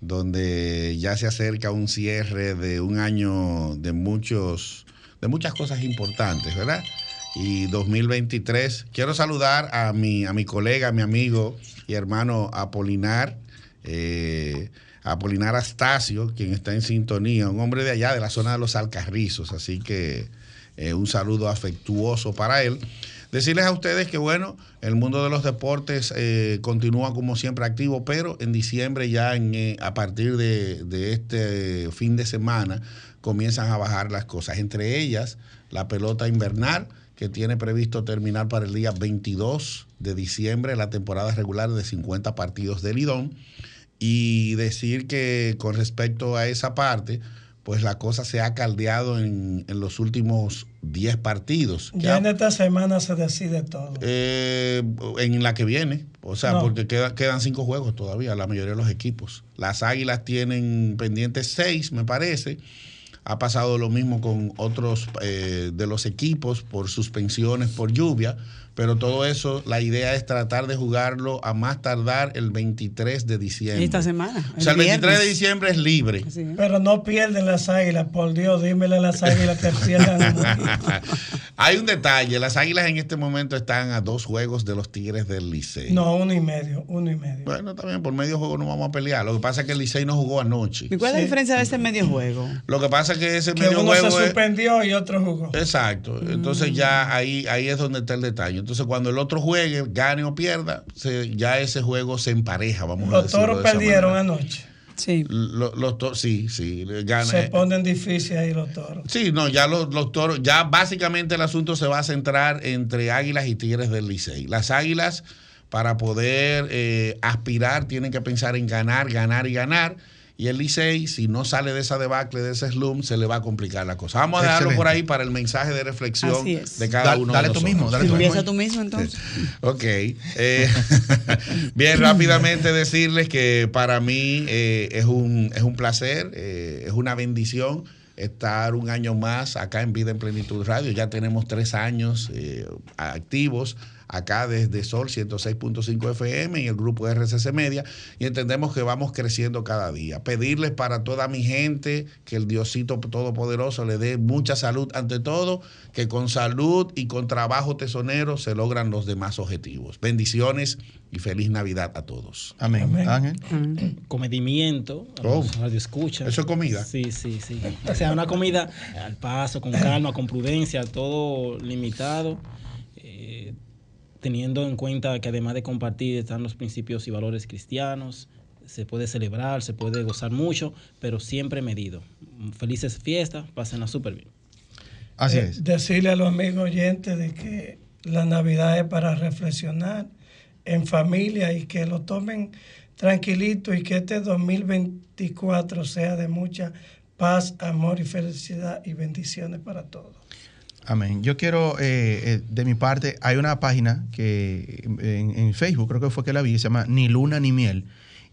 J: donde ya se acerca un cierre de un año de muchos, de muchas cosas importantes, ¿verdad? Y dos mil veintitrés. Quiero saludar a mi, a mi colega, a mi amigo y hermano Apolinar, eh, Apolinar Astacio, quien está en sintonía, un hombre de allá, de la zona de los Alcarrizos. Así que eh, un saludo afectuoso para él. Decirles a ustedes que, bueno, el mundo de los deportes eh, continúa como siempre activo, pero en diciembre ya en, eh, a partir de, de este fin de semana comienzan a bajar las cosas. Entre ellas, la pelota invernal, que tiene previsto terminar para el día veintidós de diciembre la temporada regular de cincuenta partidos de Lidón. Y decir que con respecto a esa parte, pues la cosa se ha caldeado en, en los últimos diez partidos.
F: Ya
J: Que
F: en
J: ha-
F: esta semana se decide todo.
J: eh, en la que viene, o sea,
F: No.
J: porque queda- quedan cinco juegos todavía, la mayoría de los equipos. Las Águilas tienen pendientes seis, me parece. Ha pasado lo mismo con otros eh, de los equipos por suspensiones, por lluvia, pero todo eso, la idea es tratar de jugarlo a más tardar el veintitrés de diciembre.
D: Esta semana.
J: O sea, el veintitrés de
D: viernes.
J: diciembre es libre.
D: Así es.
F: Pero no pierden las águilas, por Dios, dímele a las águilas que pierdan.
J: Hay un detalle, las Águilas en este momento están a dos juegos de los Tigres del Licey.
F: No, uno y medio, uno y medio.
J: Bueno, también por medio juego no vamos a pelear. Lo que pasa es que el Licey no jugó anoche.
D: ¿Y cuál es la diferencia de ese medio juego?
J: Lo que pasa es que ese
F: Que
J: medio
F: uno
J: juego
F: se
J: es-
F: suspendió y otro jugó.
J: Exacto. Entonces ya ahí, ahí es donde está el detalle. Entonces cuando el otro juegue, gane o pierda, se- ya ese juego se empareja, vamos a
F: Los
J: decirlo
F: toros
J: de esa
F: perdieron
J: manera.
F: anoche.
D: Sí.
J: Lo- Los toros, sí, sí, gana.
F: Se ponen difíciles ahí los toros.
J: Sí, no, ya los, los toros, ya básicamente el asunto se va a centrar entre Águilas y Tigres del Licey. Las Águilas para poder eh, aspirar tienen que pensar en ganar, ganar y ganar. Y el Licey, si no sale de esa debacle, de ese slum, se le va a complicar la cosa. Vamos a dejarlo
E: Excelente.
J: por ahí para el mensaje de reflexión de cada
E: Da-
J: uno
E: dale
J: de
E: tú
J: nosotros.
E: mismo, dale tú mismo.
D: Empieza tú mismo entonces.
J: Ok. Eh, bien, rápidamente decirles que para mí eh, es, un, es un placer, eh, es una bendición estar un año más acá en Vida en Plenitud Radio. Ya tenemos tres años eh, activos acá desde Sol ciento seis punto cinco F M y el grupo R C C Media, y entendemos que vamos creciendo cada día. Pedirles para toda mi gente que el Diosito Todopoderoso le dé mucha salud ante todo, que con salud y con trabajo tesonero se logran los demás objetivos. Bendiciones y feliz Navidad a todos.
E: Amén.
G: Amén.
E: Ángel.
G: Comedimiento, a
J: Oh.
G: los radioescuchas.
J: ¿Eso es comida?
G: Sí, sí, sí. O sea, una comida al paso, con calma, con prudencia, todo limitado, eh, teniendo en cuenta que además de compartir están los principios y valores cristianos. Se puede celebrar, se puede gozar mucho, pero siempre medido. Felices fiestas, pásenla súper bien.
E: Así
F: Eh,
E: es.
F: Decirle a los amigos oyentes de que la Navidad es para reflexionar en familia y que lo tomen tranquilito y que este dos mil veinticuatro sea de mucha paz, amor y felicidad y bendiciones para todos.
E: Amén. Yo quiero, eh, eh, de mi parte, hay una página que en, en Facebook, creo que fue que la vi, se llama Ni Luna ni Miel.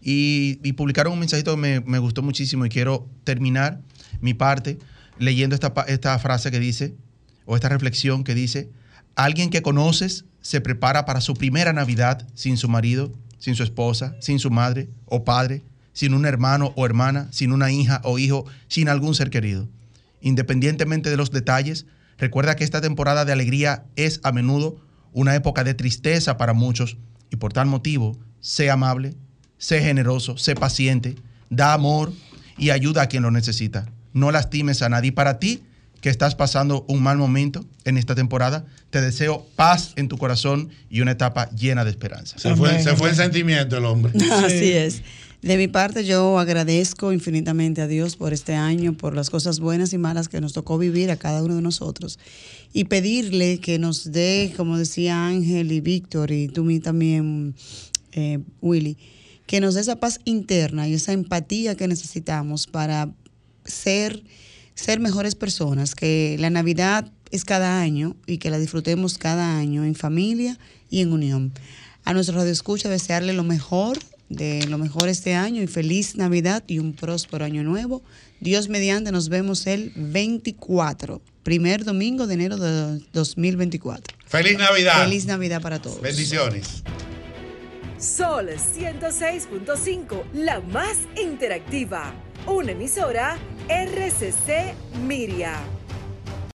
E: Y, y publicaron un mensajito que me, me gustó muchísimo y quiero terminar mi parte leyendo esta, pa- esta frase que dice, o esta reflexión que dice: alguien que conoces se prepara para su primera Navidad sin su marido, sin su esposa, sin su madre o padre, sin un hermano o hermana, sin una hija o hijo, sin algún ser querido. Independientemente de los detalles, recuerda que esta temporada de alegría es a menudo una época de tristeza para muchos y por tal motivo, sé amable, sé generoso, sé paciente, da amor y ayuda a quien lo necesita. No lastimes a nadie. Y para ti, que estás pasando un mal momento en esta temporada, te deseo paz en tu corazón y una etapa llena de esperanza.
J: Se fue, se fue el sentimiento el hombre.
D: Así es. De mi parte, yo agradezco infinitamente a Dios por este año, por las cosas buenas y malas que nos tocó vivir a cada uno de nosotros. Y pedirle que nos dé, como decía Ángel y Víctor, y tú mí también, eh, Willy, que nos dé esa paz interna y esa empatía que necesitamos para ser, ser mejores personas. Que la Navidad es cada año y que la disfrutemos cada año en familia y en unión. A nuestro Radio Escucha, desearle lo mejor, de lo mejor este año y feliz Navidad y un próspero año nuevo. Dios mediante, nos vemos el veinticuatro, primer domingo de enero de dos mil veinticuatro.
J: ¡Feliz Navidad!
D: Feliz Navidad para todos.
J: Bendiciones.
A: Sol ciento seis punto cinco, la más interactiva. Una emisora R C C Miria.